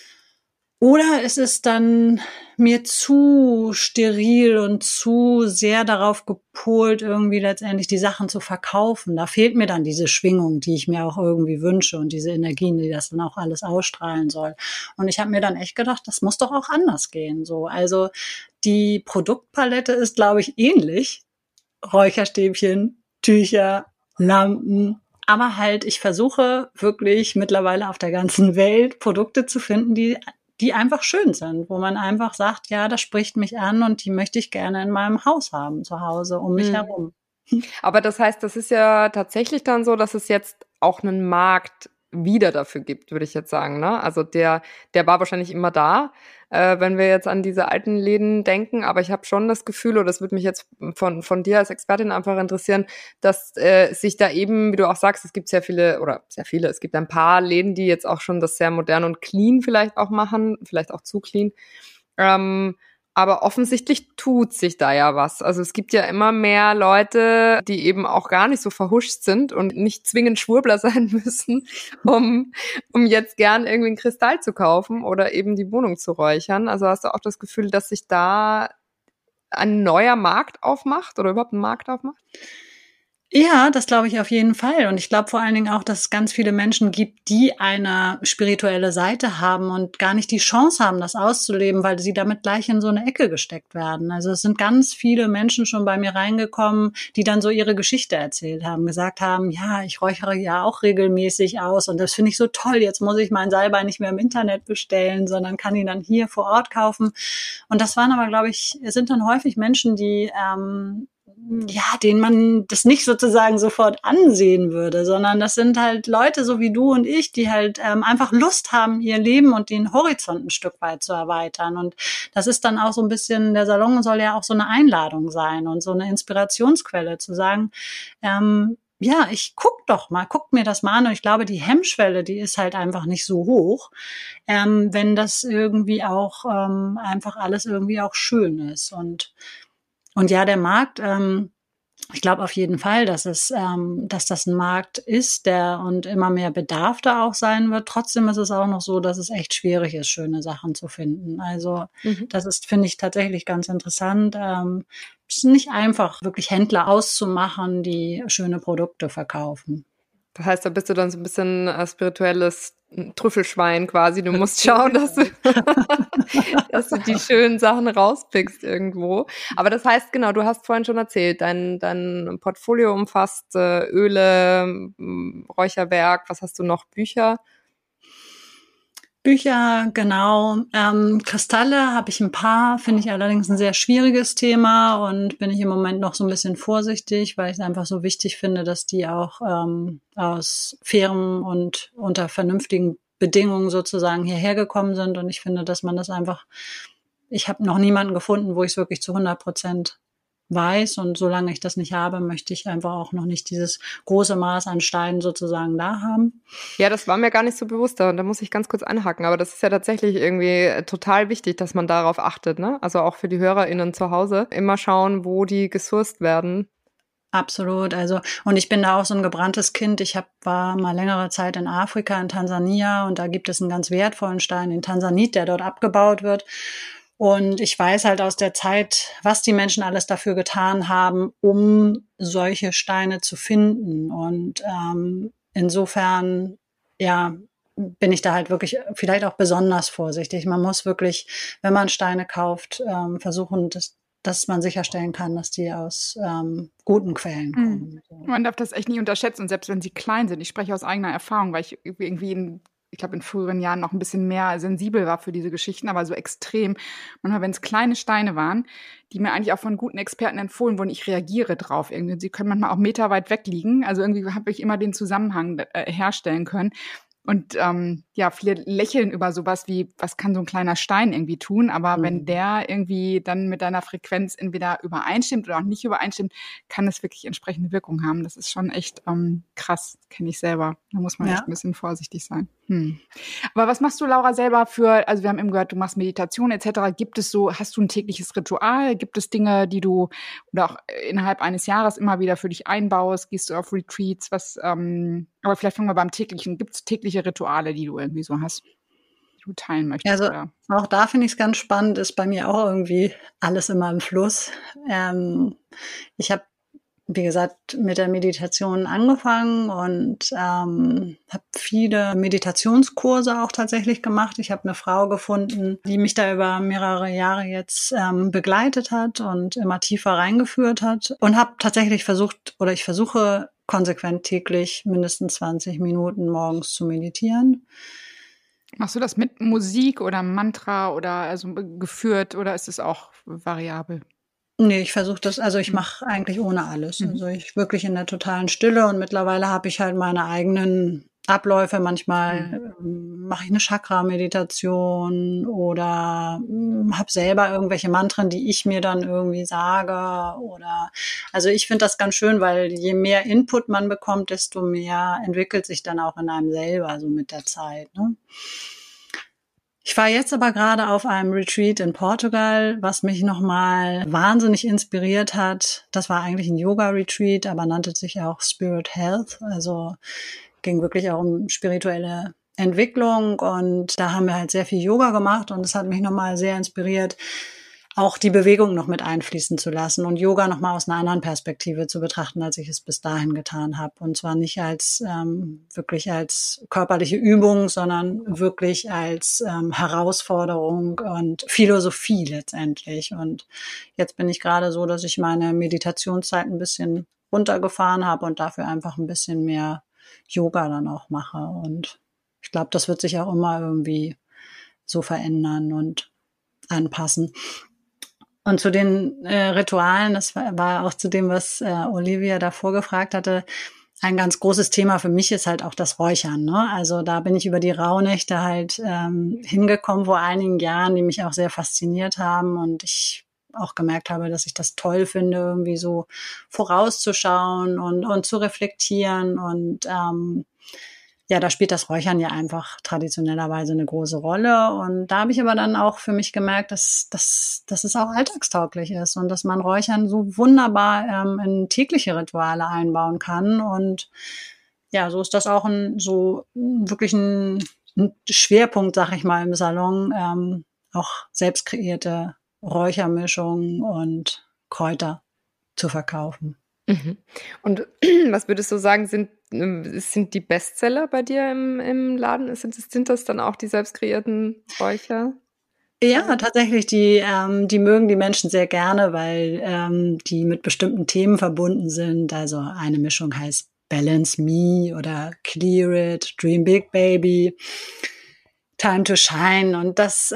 Oder es ist dann mir zu steril und zu sehr darauf gepolt, irgendwie letztendlich die Sachen zu verkaufen. Da fehlt mir dann diese Schwingung, die ich mir auch irgendwie wünsche und diese Energien, die das dann auch alles ausstrahlen soll. Und ich habe mir dann echt gedacht, das muss doch auch anders gehen. So, also die Produktpalette ist, glaube ich, ähnlich. Räucherstäbchen, Tücher, Lampen. Aber halt, ich versuche wirklich mittlerweile auf der ganzen Welt Produkte zu finden, die einfach schön sind, wo man einfach sagt, ja, das spricht mich an und die möchte ich gerne in meinem Haus haben, zu Hause, um mich herum. Aber das heißt, das ist ja tatsächlich dann so, dass es jetzt auch einen Markt wieder dafür gibt, würde ich jetzt sagen, ne? Also der war wahrscheinlich immer da, wenn wir jetzt an diese alten Läden denken, aber ich habe schon das Gefühl, oder das würde mich jetzt von dir als Expertin einfach interessieren, dass sich da eben, wie du auch sagst, es gibt sehr viele, es gibt ein paar Läden, die jetzt auch schon das sehr modern und clean vielleicht auch machen, vielleicht auch zu clean, aber offensichtlich tut sich da ja was. Also es gibt ja immer mehr Leute, die eben auch gar nicht so verhuscht sind und nicht zwingend Schwurbler sein müssen, um jetzt gern irgendwie einen Kristall zu kaufen oder eben die Wohnung zu räuchern. Also hast du auch das Gefühl, dass sich da ein neuer Markt aufmacht oder überhaupt ein Markt aufmacht? Ja, das glaube ich auf jeden Fall. Und ich glaube vor allen Dingen auch, dass es ganz viele Menschen gibt, die eine spirituelle Seite haben und gar nicht die Chance haben, das auszuleben, weil sie damit gleich in so eine Ecke gesteckt werden. Also es sind ganz viele Menschen schon bei mir reingekommen, die dann so ihre Geschichte erzählt haben, gesagt haben, ja, ich räuchere ja auch regelmäßig aus und das finde ich so toll. Jetzt muss ich meinen Salbei nicht mehr im Internet bestellen, sondern kann ihn dann hier vor Ort kaufen. Und das waren aber, glaube ich, sind dann häufig Menschen, die denen man das nicht sozusagen sofort ansehen würde, sondern das sind halt Leute so wie du und ich, die halt einfach Lust haben, ihr Leben und den Horizont ein Stück weit zu erweitern. Und das ist dann auch so ein bisschen, der Salon soll ja auch so eine Einladung sein und so eine Inspirationsquelle, zu sagen, ja, guckt mir das mal an. Und ich glaube, die Hemmschwelle, die ist halt einfach nicht so hoch, wenn das irgendwie auch einfach alles irgendwie auch schön ist. Und ja, der Markt, ich glaube auf jeden Fall, dass das ein Markt ist, der und immer mehr Bedarf da auch sein wird. Trotzdem ist es auch noch so, dass es echt schwierig ist, schöne Sachen zu finden. Also das ist, finde ich, tatsächlich ganz interessant. Es ist nicht einfach, wirklich Händler auszumachen, die schöne Produkte verkaufen. Das heißt, da bist du dann so ein bisschen spirituelles Trüffelschwein quasi. Du musst schauen, dass du die schönen Sachen rauspickst irgendwo. Aber das heißt, genau, du hast vorhin schon erzählt, dein Portfolio umfasst Öle, Räucherwerk, was hast du noch? Bücher, genau. Kristalle habe ich ein paar, finde ich allerdings ein sehr schwieriges Thema und bin ich im Moment noch so ein bisschen vorsichtig, weil ich es einfach so wichtig finde, dass die auch aus fairen und unter vernünftigen Bedingungen sozusagen hierher gekommen sind. Und ich finde, dass man das einfach, ich habe noch niemanden gefunden, wo ich es wirklich zu 100% weiß. Und solange ich das nicht habe, möchte ich einfach auch noch nicht dieses große Maß an Steinen sozusagen da haben. Ja, das war mir gar nicht so bewusst. Da muss ich ganz kurz einhaken. Aber das ist ja tatsächlich irgendwie total wichtig, dass man darauf achtet, ne? Also auch für die HörerInnen zu Hause. Immer schauen, wo die gesourced werden. Absolut. Also, und ich bin da auch so ein gebranntes Kind. War mal längere Zeit in Afrika, in Tansania, und da gibt es einen ganz wertvollen Stein, den Tansanit, der dort abgebaut wird. Und ich weiß halt aus der Zeit, was die Menschen alles dafür getan haben, um solche Steine zu finden. Und insofern, ja, bin ich da halt wirklich vielleicht auch besonders vorsichtig. Man muss wirklich, wenn man Steine kauft, versuchen, dass man sicherstellen kann, dass die aus guten Quellen kommen. Man darf das echt nie unterschätzen. Und selbst wenn sie klein sind, ich spreche aus eigener Erfahrung, weil ich irgendwie ich glaube, in früheren Jahren noch ein bisschen mehr sensibel war für diese Geschichten, aber so extrem. Manchmal, wenn es kleine Steine waren, die mir eigentlich auch von guten Experten empfohlen wurden, ich reagiere drauf irgendwie. Sie können manchmal auch meterweit weg liegen. Also irgendwie habe ich immer den Zusammenhang herstellen können. Und viele lächeln über sowas wie, was kann so ein kleiner Stein irgendwie tun? Aber wenn der irgendwie dann mit deiner Frequenz entweder übereinstimmt oder auch nicht übereinstimmt, kann das wirklich entsprechende Wirkung haben. Das ist schon echt krass, kenne ich selber. Da muss man echt ein bisschen vorsichtig sein. Aber was machst du, Laura, selber also wir haben eben gehört, du machst Meditation etc. Hast du ein tägliches Ritual? Gibt es Dinge, die du oder auch innerhalb eines Jahres immer wieder für dich einbaust? Gehst du auf Retreats? Aber vielleicht fangen wir beim täglichen. Gibt es tägliche Rituale, die du irgendwie so hast, die du teilen möchtest? Also auch da finde ich es ganz spannend, ist bei mir auch irgendwie alles immer im Fluss. Ich habe, wie gesagt, mit der Meditation angefangen und habe viele Meditationskurse auch tatsächlich gemacht. Ich habe eine Frau gefunden, die mich da über mehrere Jahre jetzt begleitet hat und immer tiefer reingeführt hat und habe tatsächlich ich versuche konsequent täglich mindestens 20 Minuten morgens zu meditieren. Machst du das mit Musik oder Mantra oder also geführt oder ist es auch variabel? Nee, ich versuche das, also ich mache eigentlich ohne alles. Also ich wirklich in der totalen Stille und mittlerweile habe ich halt meine eigenen Abläufe. Manchmal mache ich eine Chakra-Meditation oder habe selber irgendwelche Mantren, die ich mir dann irgendwie sage. Also ich finde das ganz schön, weil je mehr Input man bekommt, desto mehr entwickelt sich dann auch in einem selber so mit der Zeit, ne? Ich war jetzt aber gerade auf einem Retreat in Portugal, was mich nochmal wahnsinnig inspiriert hat. Das war eigentlich ein Yoga-Retreat, aber nannte sich auch Spirit Health. Also ging wirklich auch um spirituelle Entwicklung und da haben wir halt sehr viel Yoga gemacht und es hat mich nochmal sehr inspiriert, auch die Bewegung noch mit einfließen zu lassen und Yoga nochmal aus einer anderen Perspektive zu betrachten, als ich es bis dahin getan habe. Und zwar nicht wirklich als körperliche Übung, sondern wirklich als Herausforderung und Philosophie letztendlich. Und jetzt bin ich gerade so, dass ich meine Meditationszeit ein bisschen runtergefahren habe und dafür einfach ein bisschen mehr Yoga dann auch mache. Und ich glaube, das wird sich auch immer irgendwie so verändern und anpassen. Und zu den Ritualen, das war auch zu dem, was Olivia davor gefragt hatte, ein ganz großes Thema für mich ist halt auch das Räuchern, ne? Also da bin ich über die Rauhnächte halt hingekommen vor einigen Jahren, die mich auch sehr fasziniert haben und ich auch gemerkt habe, dass ich das toll finde, irgendwie so vorauszuschauen und zu reflektieren und da spielt das Räuchern ja einfach traditionellerweise eine große Rolle. Und da habe ich aber dann auch für mich gemerkt, dass es auch alltagstauglich ist und dass man Räuchern so wunderbar in tägliche Rituale einbauen kann. Und ja, so ist das auch wirklich ein Schwerpunkt, sag ich mal, im Salon, auch selbst kreierte Räuchermischungen und Kräuter zu verkaufen. Und was würdest du sagen, sind die Bestseller bei dir im Laden? Sind das dann auch die selbst kreierten Räucher? Ja, tatsächlich, die mögen die Menschen sehr gerne, weil die mit bestimmten Themen verbunden sind. Also eine Mischung heißt Balance Me oder Clear It, Dream Big Baby, Time to Shine. Und das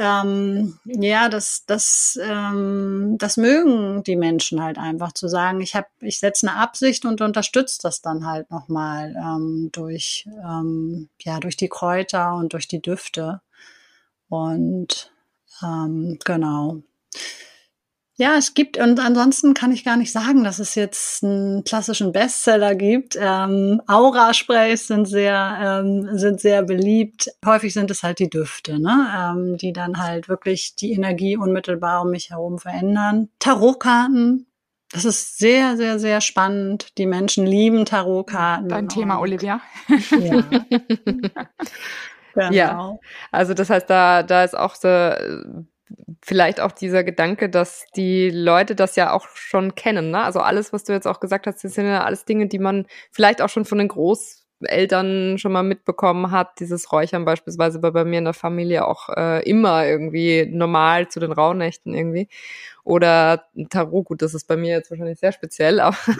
mögen die Menschen halt einfach, zu sagen, ich setze eine Absicht und unterstütze das dann halt nochmal durch die Kräuter und durch die Düfte. Und genau. Ja, es gibt, und ansonsten kann ich gar nicht sagen, dass es jetzt einen klassischen Bestseller gibt. Aura-Sprays sind sehr beliebt. Häufig sind es halt die Düfte, ne? Die dann halt wirklich die Energie unmittelbar um mich herum verändern. Tarotkarten, das ist sehr, sehr, sehr spannend. Die Menschen lieben Tarotkarten. Dein Thema, Olivia. Ja. Genau. Ja, also das heißt, da ist auch so vielleicht auch dieser Gedanke, dass die Leute das ja auch schon kennen, ne? Also alles, was du jetzt auch gesagt hast, das sind ja alles Dinge, die man vielleicht auch schon von den Großeltern schon mal mitbekommen hat. Dieses Räuchern beispielsweise war bei mir in der Familie auch immer irgendwie normal zu den Rauhnächten irgendwie. Oder Tarot, gut, das ist bei mir jetzt wahrscheinlich sehr speziell,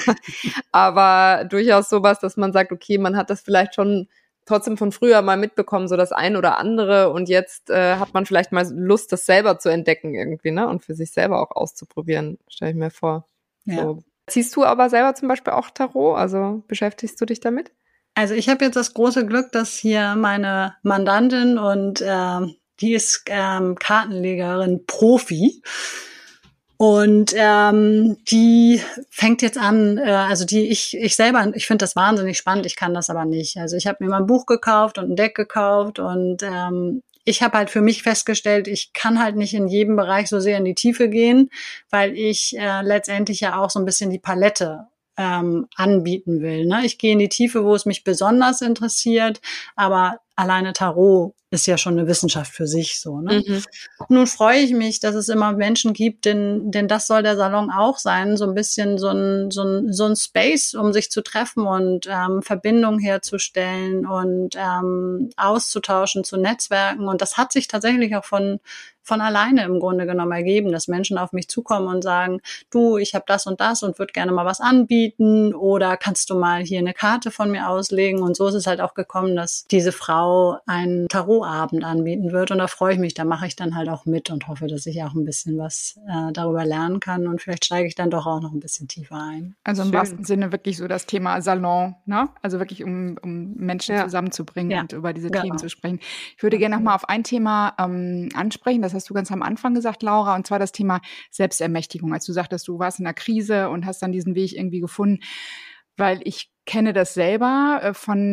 aber durchaus sowas, dass man sagt, okay, man hat das vielleicht schon trotzdem von früher mal mitbekommen, so das ein oder andere, und jetzt hat man vielleicht mal Lust, das selber zu entdecken irgendwie, ne, und für sich selber auch auszuprobieren, stelle ich mir vor. Ja. So. Ziehst du aber selber zum Beispiel auch Tarot? Also beschäftigst du dich damit? Also ich habe jetzt das große Glück, dass hier meine Mandantin und die ist Kartenlegerin Profi. Und die fängt jetzt an, ich selber, ich finde das wahnsinnig spannend, ich kann das aber nicht. Also ich habe mir mal ein Buch gekauft und ein Deck gekauft und ich habe halt für mich festgestellt, ich kann halt nicht in jedem Bereich so sehr in die Tiefe gehen, weil ich letztendlich ja auch so ein bisschen die Palette anbieten will. Ne? Ich gehe in die Tiefe, wo es mich besonders interessiert, aber alleine Tarot ist ja schon eine Wissenschaft für sich so. Ne? Mhm. Nun freue ich mich, dass es immer Menschen gibt, denn das soll der Salon auch sein, so ein bisschen so ein Space, um sich zu treffen und Verbindung herzustellen und auszutauschen, zu Netzwerken. Und das hat sich tatsächlich auch von alleine im Grunde genommen ergeben, dass Menschen auf mich zukommen und sagen, du, ich habe das und würde gerne mal was anbieten oder kannst du mal hier eine Karte von mir auslegen? Und so ist es halt auch gekommen, dass diese Frau einen Tarotabend anbieten wird und da freue ich mich, da mache ich dann halt auch mit und hoffe, dass ich auch ein bisschen was darüber lernen kann und vielleicht steige ich dann doch auch noch ein bisschen tiefer ein. Also im wahrsten Sinne wirklich so das Thema Salon, ne? Also wirklich um Menschen zusammenzubringen und über diese Themen zu sprechen. Ich würde gerne noch mal auf ein Thema ansprechen, das hast du ganz am Anfang gesagt, Laura, und zwar das Thema Selbstermächtigung. Als du sagtest, du warst in einer Krise und hast dann diesen Weg irgendwie gefunden, weil ich kenne das selber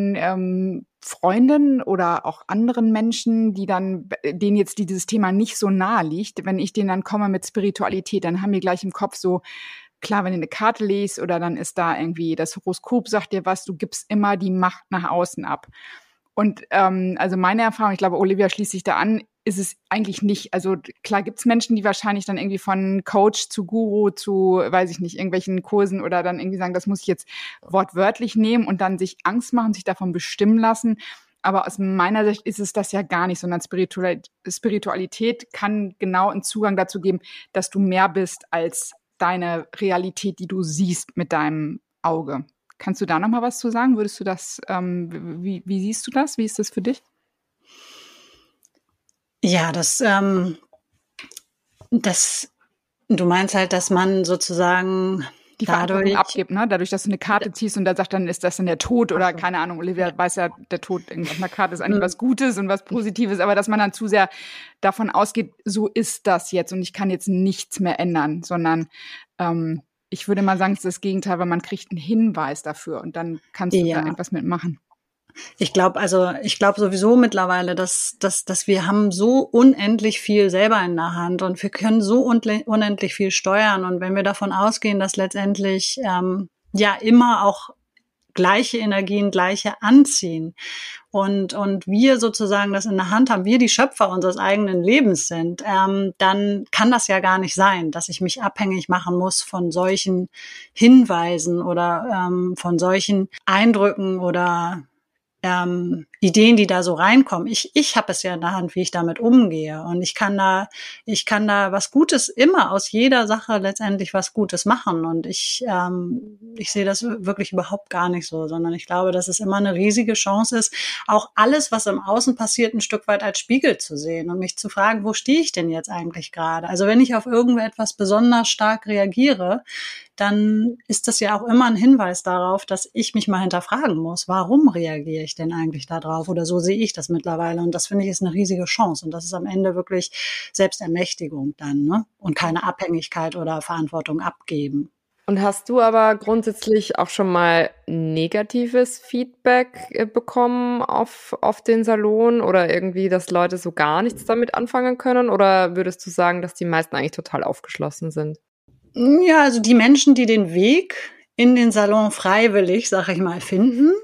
von Freunden oder auch anderen Menschen, denen jetzt dieses Thema nicht so nahe liegt. Wenn ich denen dann komme mit Spiritualität, dann haben wir gleich im Kopf so, klar, wenn du eine Karte liest oder dann ist da irgendwie das Horoskop, sagt dir was, du gibst immer die Macht nach außen ab. Und also meine Erfahrung, ich glaube, Olivia schließt sich da an, ist es eigentlich nicht. Also klar gibt's Menschen, die wahrscheinlich dann irgendwie von Coach zu Guru zu, weiß ich nicht, irgendwelchen Kursen oder dann irgendwie sagen, das muss ich jetzt wortwörtlich nehmen und dann sich Angst machen, sich davon bestimmen lassen. Aber aus meiner Sicht ist es das ja gar nicht, sondern Spiritualität kann genau einen Zugang dazu geben, dass du mehr bist als deine Realität, die du siehst mit deinem Auge. Kannst du da noch mal was zu sagen? Würdest du das, wie siehst du das? Wie ist das für dich? Ja, du meinst halt, dass man sozusagen die Verantwortung abgibt, ne? Dadurch, dass du eine Karte ziehst und da sagt dann, ist das dann der Tod oder keine Ahnung. Olivia weiß ja, der Tod auf einer Karte ist eigentlich was Gutes und was Positives, aber dass man dann zu sehr davon ausgeht, so ist das jetzt und ich kann jetzt nichts mehr ändern, sondern ich würde mal sagen, es ist das Gegenteil, weil man kriegt einen Hinweis dafür und dann kannst du da irgendwas mitmachen. Ich glaube sowieso mittlerweile, dass wir haben so unendlich viel selber in der Hand und wir können so unendlich viel steuern. Und wenn wir davon ausgehen, dass letztendlich immer auch gleiche Energien gleiche anziehen und wir sozusagen das in der Hand haben, wir die Schöpfer unseres eigenen Lebens sind, dann kann das ja gar nicht sein, dass ich mich abhängig machen muss von solchen Hinweisen oder von solchen Eindrücken oder Ideen, die da so reinkommen. Ich habe es ja in der Hand, wie ich damit umgehe. Und ich kann da was Gutes immer aus jeder Sache letztendlich was Gutes machen. Und ich sehe das wirklich überhaupt gar nicht so, sondern ich glaube, dass es immer eine riesige Chance ist, auch alles, was im Außen passiert, ein Stück weit als Spiegel zu sehen und mich zu fragen, wo stehe ich denn jetzt eigentlich gerade? Also wenn ich auf irgendetwas besonders stark reagiere, dann ist das ja auch immer ein Hinweis darauf, dass ich mich mal hinterfragen muss, warum reagiere ich denn eigentlich da drauf? Oder so sehe ich das mittlerweile. Und das finde ich ist eine riesige Chance. Und das ist am Ende wirklich Selbstermächtigung dann, ne? Und keine Abhängigkeit oder Verantwortung abgeben. Und hast du aber grundsätzlich auch schon mal negatives Feedback bekommen auf den Salon oder irgendwie, dass Leute so gar nichts damit anfangen können? Oder würdest du sagen, dass die meisten eigentlich total aufgeschlossen sind? Ja, also die Menschen, die den Weg in den Salon freiwillig, sag ich mal, finden,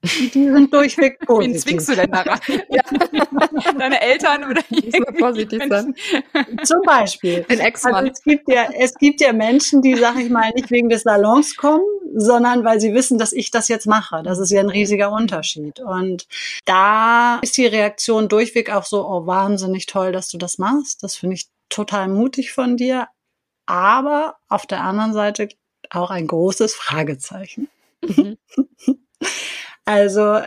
die sind durchweg positiv. Wen zwingst du denn da rein? Ja. Deine Eltern oder positiv sein. Zum Beispiel. Ein Ex-Mann. Also es gibt ja Menschen, die, sag ich mal, nicht wegen des Salons kommen, sondern weil sie wissen, dass ich das jetzt mache. Das ist ja ein riesiger Unterschied. Und da ist die Reaktion durchweg auch so, oh, wahnsinnig toll, dass du das machst. Das finde ich total mutig von dir. Aber auf der anderen Seite auch ein großes Fragezeichen. Mhm. Also,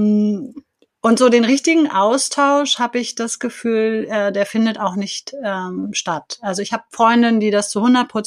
und so den richtigen Austausch, habe ich das Gefühl, der findet auch nicht statt. Also ich habe Freundinnen, die das zu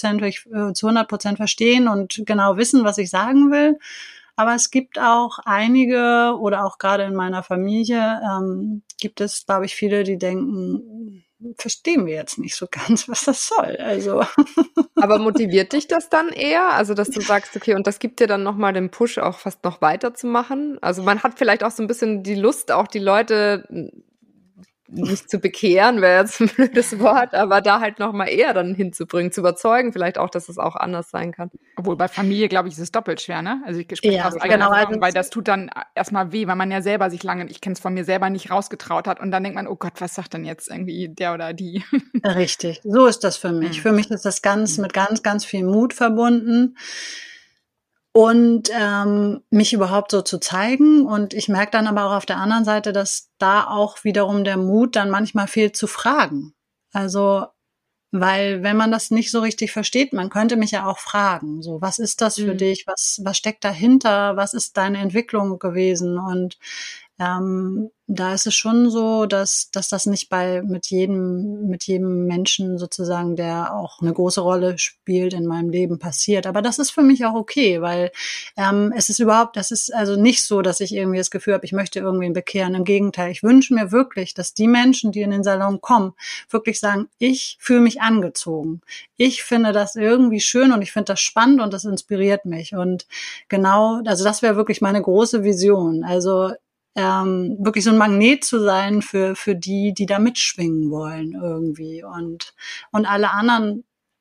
100% verstehen und genau wissen, was ich sagen will. Aber es gibt auch einige oder auch gerade in meiner Familie gibt es, glaube ich, viele, die denken, verstehen wir jetzt nicht so ganz, was das soll. Also. Aber motiviert dich das dann eher? Also, dass du sagst, okay, und das gibt dir dann nochmal den Push, auch fast noch weiterzumachen? Also, man hat vielleicht auch so ein bisschen die Lust, auch die Leute nicht zu bekehren, wäre jetzt ein blödes Wort, aber da halt nochmal eher dann hinzubringen, zu überzeugen, vielleicht auch, dass es auch anders sein kann. Obwohl bei Familie, glaube ich, ist es doppelt schwer, ne? Also ich spreche aus eigener Erfahrung, weil das tut dann erstmal weh, weil man ja selber sich lange, ich kenne es von mir selber, nicht rausgetraut hat und dann denkt man, oh Gott, was sagt denn jetzt irgendwie der oder die? Richtig, so ist das für mich. Für mich ist das mit ganz, ganz viel Mut verbunden. Und mich überhaupt so zu zeigen. Und ich merke dann aber auch auf der anderen Seite, dass da auch wiederum der Mut dann manchmal fehlt zu fragen. Also, weil wenn man das nicht so richtig versteht, man könnte mich ja auch fragen, so, was ist das für dich? Was steckt dahinter? Was ist deine Entwicklung gewesen? Und da ist es schon so, dass das nicht mit jedem Menschen sozusagen, der auch eine große Rolle spielt in meinem Leben, passiert. Aber das ist für mich auch okay, weil das ist also nicht so, dass ich irgendwie das Gefühl habe, ich möchte irgendwen bekehren. Im Gegenteil, ich wünsche mir wirklich, dass die Menschen, die in den Salon kommen, wirklich sagen, ich fühle mich angezogen. Ich finde das irgendwie schön und ich finde das spannend und das inspiriert mich. Und genau, also das wäre wirklich meine große Vision. Also wirklich so ein Magnet zu sein für die da mitschwingen wollen irgendwie und alle anderen,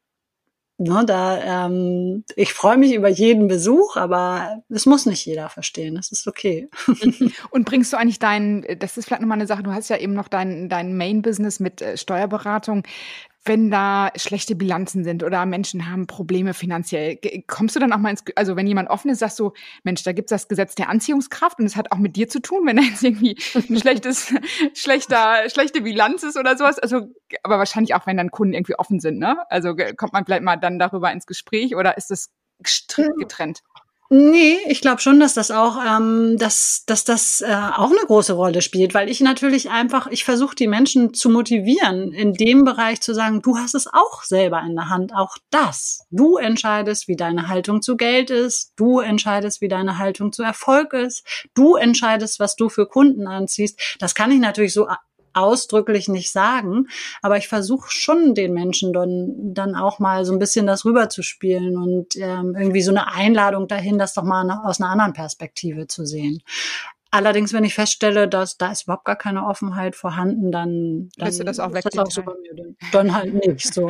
ne, ich freue mich über jeden Besuch, aber es muss nicht jeder verstehen, das ist okay. Und bringst du eigentlich das ist vielleicht nochmal eine Sache, du hast ja eben noch dein Main-Business mit Steuerberatung, wenn da schlechte Bilanzen sind oder Menschen haben Probleme finanziell, kommst du dann auch mal also wenn jemand offen ist, sagst du, Mensch, da gibt's das Gesetz der Anziehungskraft und es hat auch mit dir zu tun, wenn da jetzt irgendwie ein schlechte Bilanz ist oder sowas. Also, aber wahrscheinlich auch, wenn dann Kunden irgendwie offen sind, ne? Also kommt man vielleicht mal dann darüber ins Gespräch oder ist das strikt getrennt? Nee, ich glaube schon, dass das auch, dass das auch eine große Rolle spielt, weil ich natürlich ich versuche die Menschen zu motivieren, in dem Bereich zu sagen, du hast es auch selber in der Hand, auch das. Du entscheidest, wie deine Haltung zu Geld ist, du entscheidest, wie deine Haltung zu Erfolg ist, du entscheidest, was du für Kunden anziehst. Das kann ich natürlich so ausdrücklich nicht sagen, aber ich versuche schon den Menschen dann auch mal so ein bisschen das rüberzuspielen und irgendwie so eine Einladung dahin, das doch mal aus einer anderen Perspektive zu sehen. Allerdings, wenn ich feststelle, dass da ist überhaupt gar keine Offenheit vorhanden, dann lässt du das auch weg. Das auch so bei mir. Dann halt nicht so.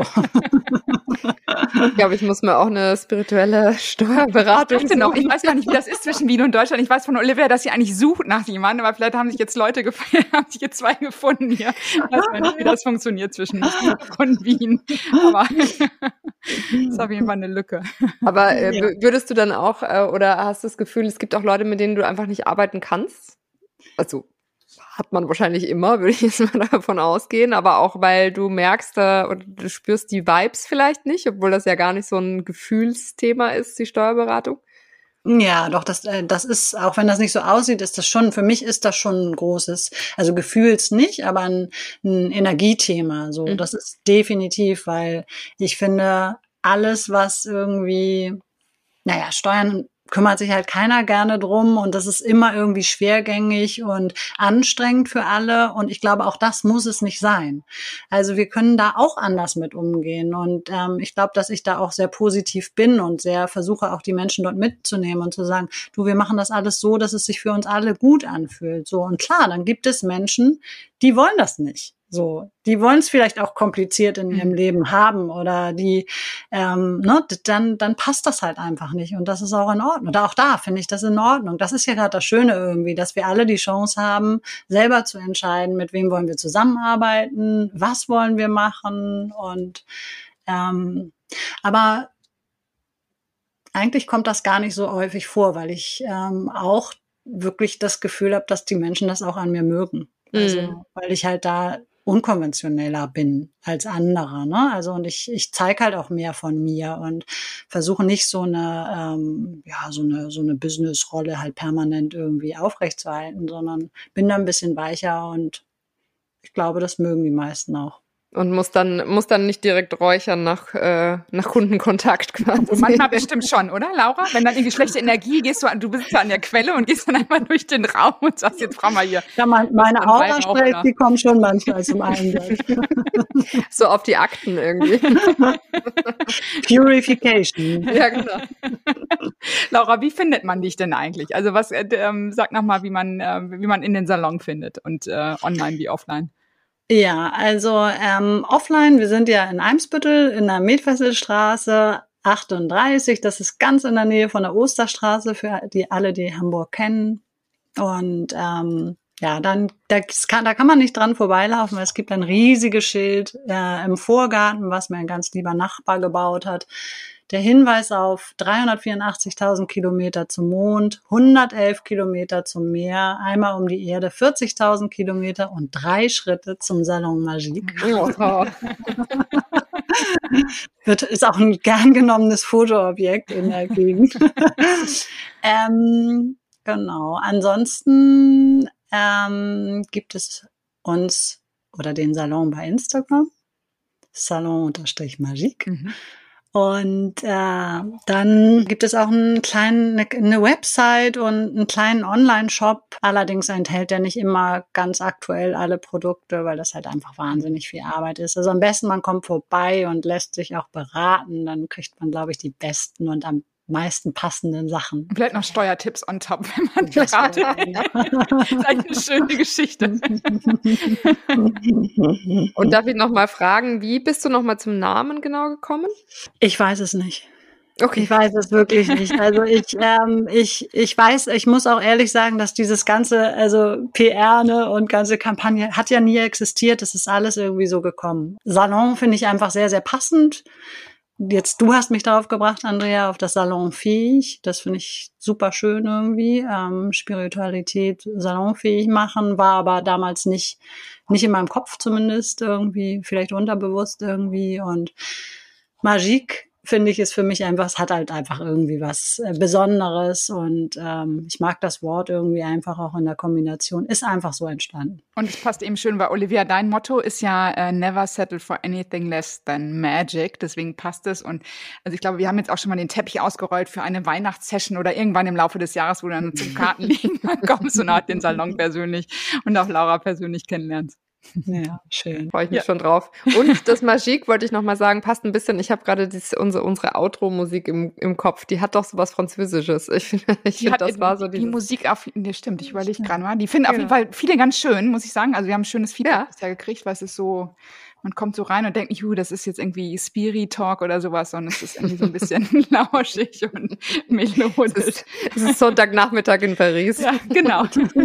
Ich glaube, ich muss mir auch eine spirituelle Steuerberatung suchen. Ich weiß gar nicht, wie das ist zwischen Wien und Deutschland. Ich weiß von Olivia, dass sie eigentlich sucht nach jemandem, aber vielleicht haben sich jetzt haben sich jetzt zwei gefunden hier. Ich weiß gar nicht, wie das funktioniert zwischen und Wien. Aber das ist auf jeden Fall eine Lücke. Aber würdest du dann auch, oder hast du das Gefühl, es gibt auch Leute, mit denen du einfach nicht arbeiten kannst? Also hat man wahrscheinlich immer, würde ich jetzt mal davon ausgehen, aber auch, weil du merkst, oder du spürst die Vibes vielleicht nicht, obwohl das ja gar nicht so ein Gefühlsthema ist, die Steuerberatung. Ja, doch, das ist, auch wenn das nicht so aussieht, ist das schon, für mich ist das schon ein großes, also Gefühls nicht, aber ein Energiethema, so. Das ist definitiv, weil ich finde, alles, was irgendwie, Steuern kümmert sich halt keiner gerne drum und das ist immer irgendwie schwergängig und anstrengend für alle und ich glaube, auch das muss es nicht sein. Also wir können da auch anders mit umgehen und ich glaube, dass ich da auch sehr positiv bin und sehr versuche, auch die Menschen dort mitzunehmen und zu sagen, du, wir machen das alles so, dass es sich für uns alle gut anfühlt. So, und klar, dann gibt es Menschen, die wollen das nicht. So, die wollen es vielleicht auch kompliziert in ihrem Leben haben oder die, dann passt das halt einfach nicht und das ist auch in Ordnung. Und auch da finde ich das in Ordnung. Das ist ja gerade das Schöne irgendwie, dass wir alle die Chance haben, selber zu entscheiden, mit wem wollen wir zusammenarbeiten, was wollen wir machen und aber eigentlich kommt das gar nicht so häufig vor, weil ich auch wirklich das Gefühl habe, dass die Menschen das auch an mir mögen. Also, weil ich halt da unkonventioneller bin als andere, ne? Also und ich zeige halt auch mehr von mir und versuche nicht so eine so eine Business-Rolle halt permanent irgendwie aufrechtzuerhalten, sondern bin da ein bisschen weicher und ich glaube, das mögen die meisten auch. Und muss dann nicht direkt räuchern nach Kundenkontakt quasi. Und manchmal bestimmt schon, oder, Laura? Wenn dann irgendwie schlechte Energie, du bist ja an der Quelle und gehst dann einmal durch den Raum und sagst, jetzt brauch mal hier. Ja, meine Aura-Sprays, die kommen schon manchmal zum Einsatz. So auf die Akten irgendwie. Purification. Ja, genau. Laura, wie findet man dich denn eigentlich? Also sag nochmal, wie man in den Salon findet und online wie offline. Ja, also offline, wir sind ja in Eimsbüttel in der Metfesselstraße 38, das ist ganz in der Nähe von der Osterstraße für die Hamburg kennen. Und da kann man nicht dran vorbeilaufen, weil es gibt ein riesiges Schild im Vorgarten, was mir ein ganz lieber Nachbar gebaut hat. Der Hinweis auf 384.000 Kilometer zum Mond, 111 Kilometer zum Meer, einmal um die Erde, 40.000 Kilometer und 3 Schritte zum Salon Magique. Oh. Ist auch ein gern genommenes Fotoobjekt in der Gegend. Genau. Ansonsten gibt es uns oder den Salon bei Instagram, Salon_Magique. Und dann gibt es auch eine Website und einen kleinen Online-Shop. Allerdings enthält der nicht immer ganz aktuell alle Produkte, weil das halt einfach wahnsinnig viel Arbeit ist. Also am besten, man kommt vorbei und lässt sich auch beraten. Dann kriegt man, glaube ich, die besten und am meisten passenden Sachen. Vielleicht noch Steuertipps on top, wenn man beratet. Das ist eigentlich eine schöne Geschichte. Und darf ich noch mal fragen, wie bist du noch mal zum Namen genau gekommen? Ich weiß es nicht. Okay. Ich weiß es wirklich nicht. Also ich weiß, ich muss auch ehrlich sagen, dass dieses ganze, also PR, und ganze Kampagne hat ja nie existiert. Das ist alles irgendwie so gekommen. Salon finde ich einfach sehr, sehr passend. Jetzt, du hast mich darauf gebracht, Andrea, auf das salonfähig. Das finde ich super schön irgendwie. Spiritualität salonfähig machen, war aber damals nicht in meinem Kopf zumindest irgendwie, vielleicht unterbewusst irgendwie. Und Magique, finde ich, ist für mich einfach, es hat halt einfach irgendwie was Besonderes und ich mag das Wort irgendwie einfach auch in der Kombination. Ist einfach so entstanden. Und es passt eben schön, weil Olivia, dein Motto ist ja never settle for anything less than magic. Deswegen passt es. Und also ich glaube, wir haben jetzt auch schon mal den Teppich ausgerollt für eine Weihnachtssession oder irgendwann im Laufe des Jahres, wo du dann zum Kartenlegen kommst und auch den Salon persönlich und auch Laura persönlich kennenlernst. Ja, schön. Freue ich mich schon drauf. Und das Magique, wollte ich noch mal sagen, passt ein bisschen. Ich habe gerade unsere Outro-Musik im Kopf. Die hat doch so was Französisches. Ich finde, das war so die Musik auf, nee, stimmt, ich überlege gerade mal. Die finden auf jeden Fall viele ganz schön, muss ich sagen. Also wir haben schönes Feedback bisher gekriegt, weil es ist so, man kommt so rein und denkt nicht, das ist jetzt irgendwie Spirit-Talk oder sowas, sondern es ist irgendwie so ein bisschen lauschig und melodisch. Es ist Sonntagnachmittag in Paris. Ja, genau.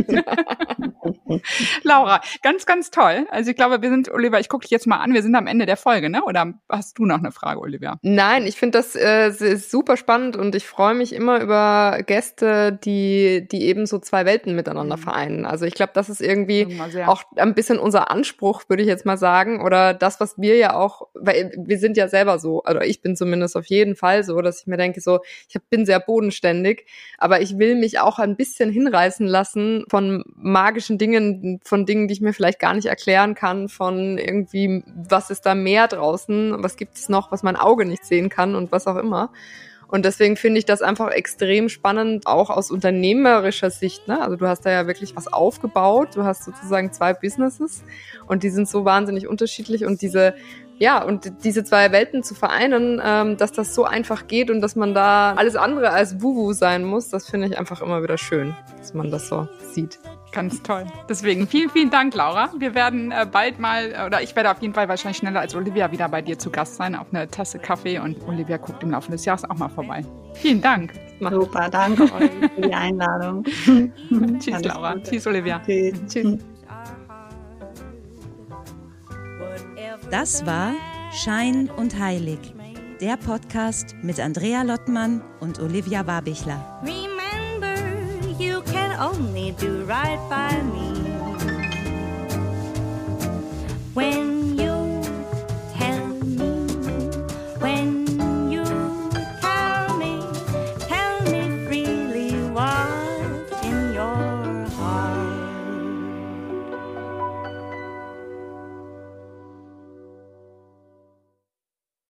Laura, ganz, ganz toll. Also ich glaube, Olivia, ich gucke dich jetzt mal an, wir sind am Ende der Folge, ne? Oder hast du noch eine Frage, Olivia? Nein, ich finde das ist super spannend und ich freue mich immer über Gäste, die eben so zwei Welten miteinander vereinen. Also ich glaube, das ist irgendwie auch ein bisschen unser Anspruch, würde ich jetzt mal sagen, oder das, was wir ja auch, weil wir sind ja selber so, also ich bin zumindest auf jeden Fall so, dass ich mir denke so, bin sehr bodenständig, aber ich will mich auch ein bisschen hinreißen lassen von magischen Dingen, von Dingen, die ich mir vielleicht gar nicht erklären kann, von irgendwie, was ist da mehr draußen, was gibt es noch, was mein Auge nicht sehen kann und was auch immer. Und deswegen finde ich das einfach extrem spannend, auch aus unternehmerischer Sicht, ne? Also du hast da ja wirklich was aufgebaut, du hast sozusagen 2 Businesses und die sind so wahnsinnig unterschiedlich und diese zwei Welten zu vereinen, dass das so einfach geht und dass man da alles andere als Wuhu sein muss, das finde ich einfach immer wieder schön, dass man das so sieht. Ganz toll. Deswegen vielen, vielen Dank, Laura. Wir werden bald mal, oder ich werde auf jeden Fall wahrscheinlich schneller als Olivia wieder bei dir zu Gast sein, auf eine Tasse Kaffee. Und Olivia guckt im Laufe des Jahres auch mal vorbei. Vielen Dank. Super, danke euch für die Einladung. Tschüss, Laura. Tschüss, Olivia. Tschüss. Das war Schein und Heilig, der Podcast mit Andrea Lottmann und Olivia Warbichler. Remember, you can only do right by me. When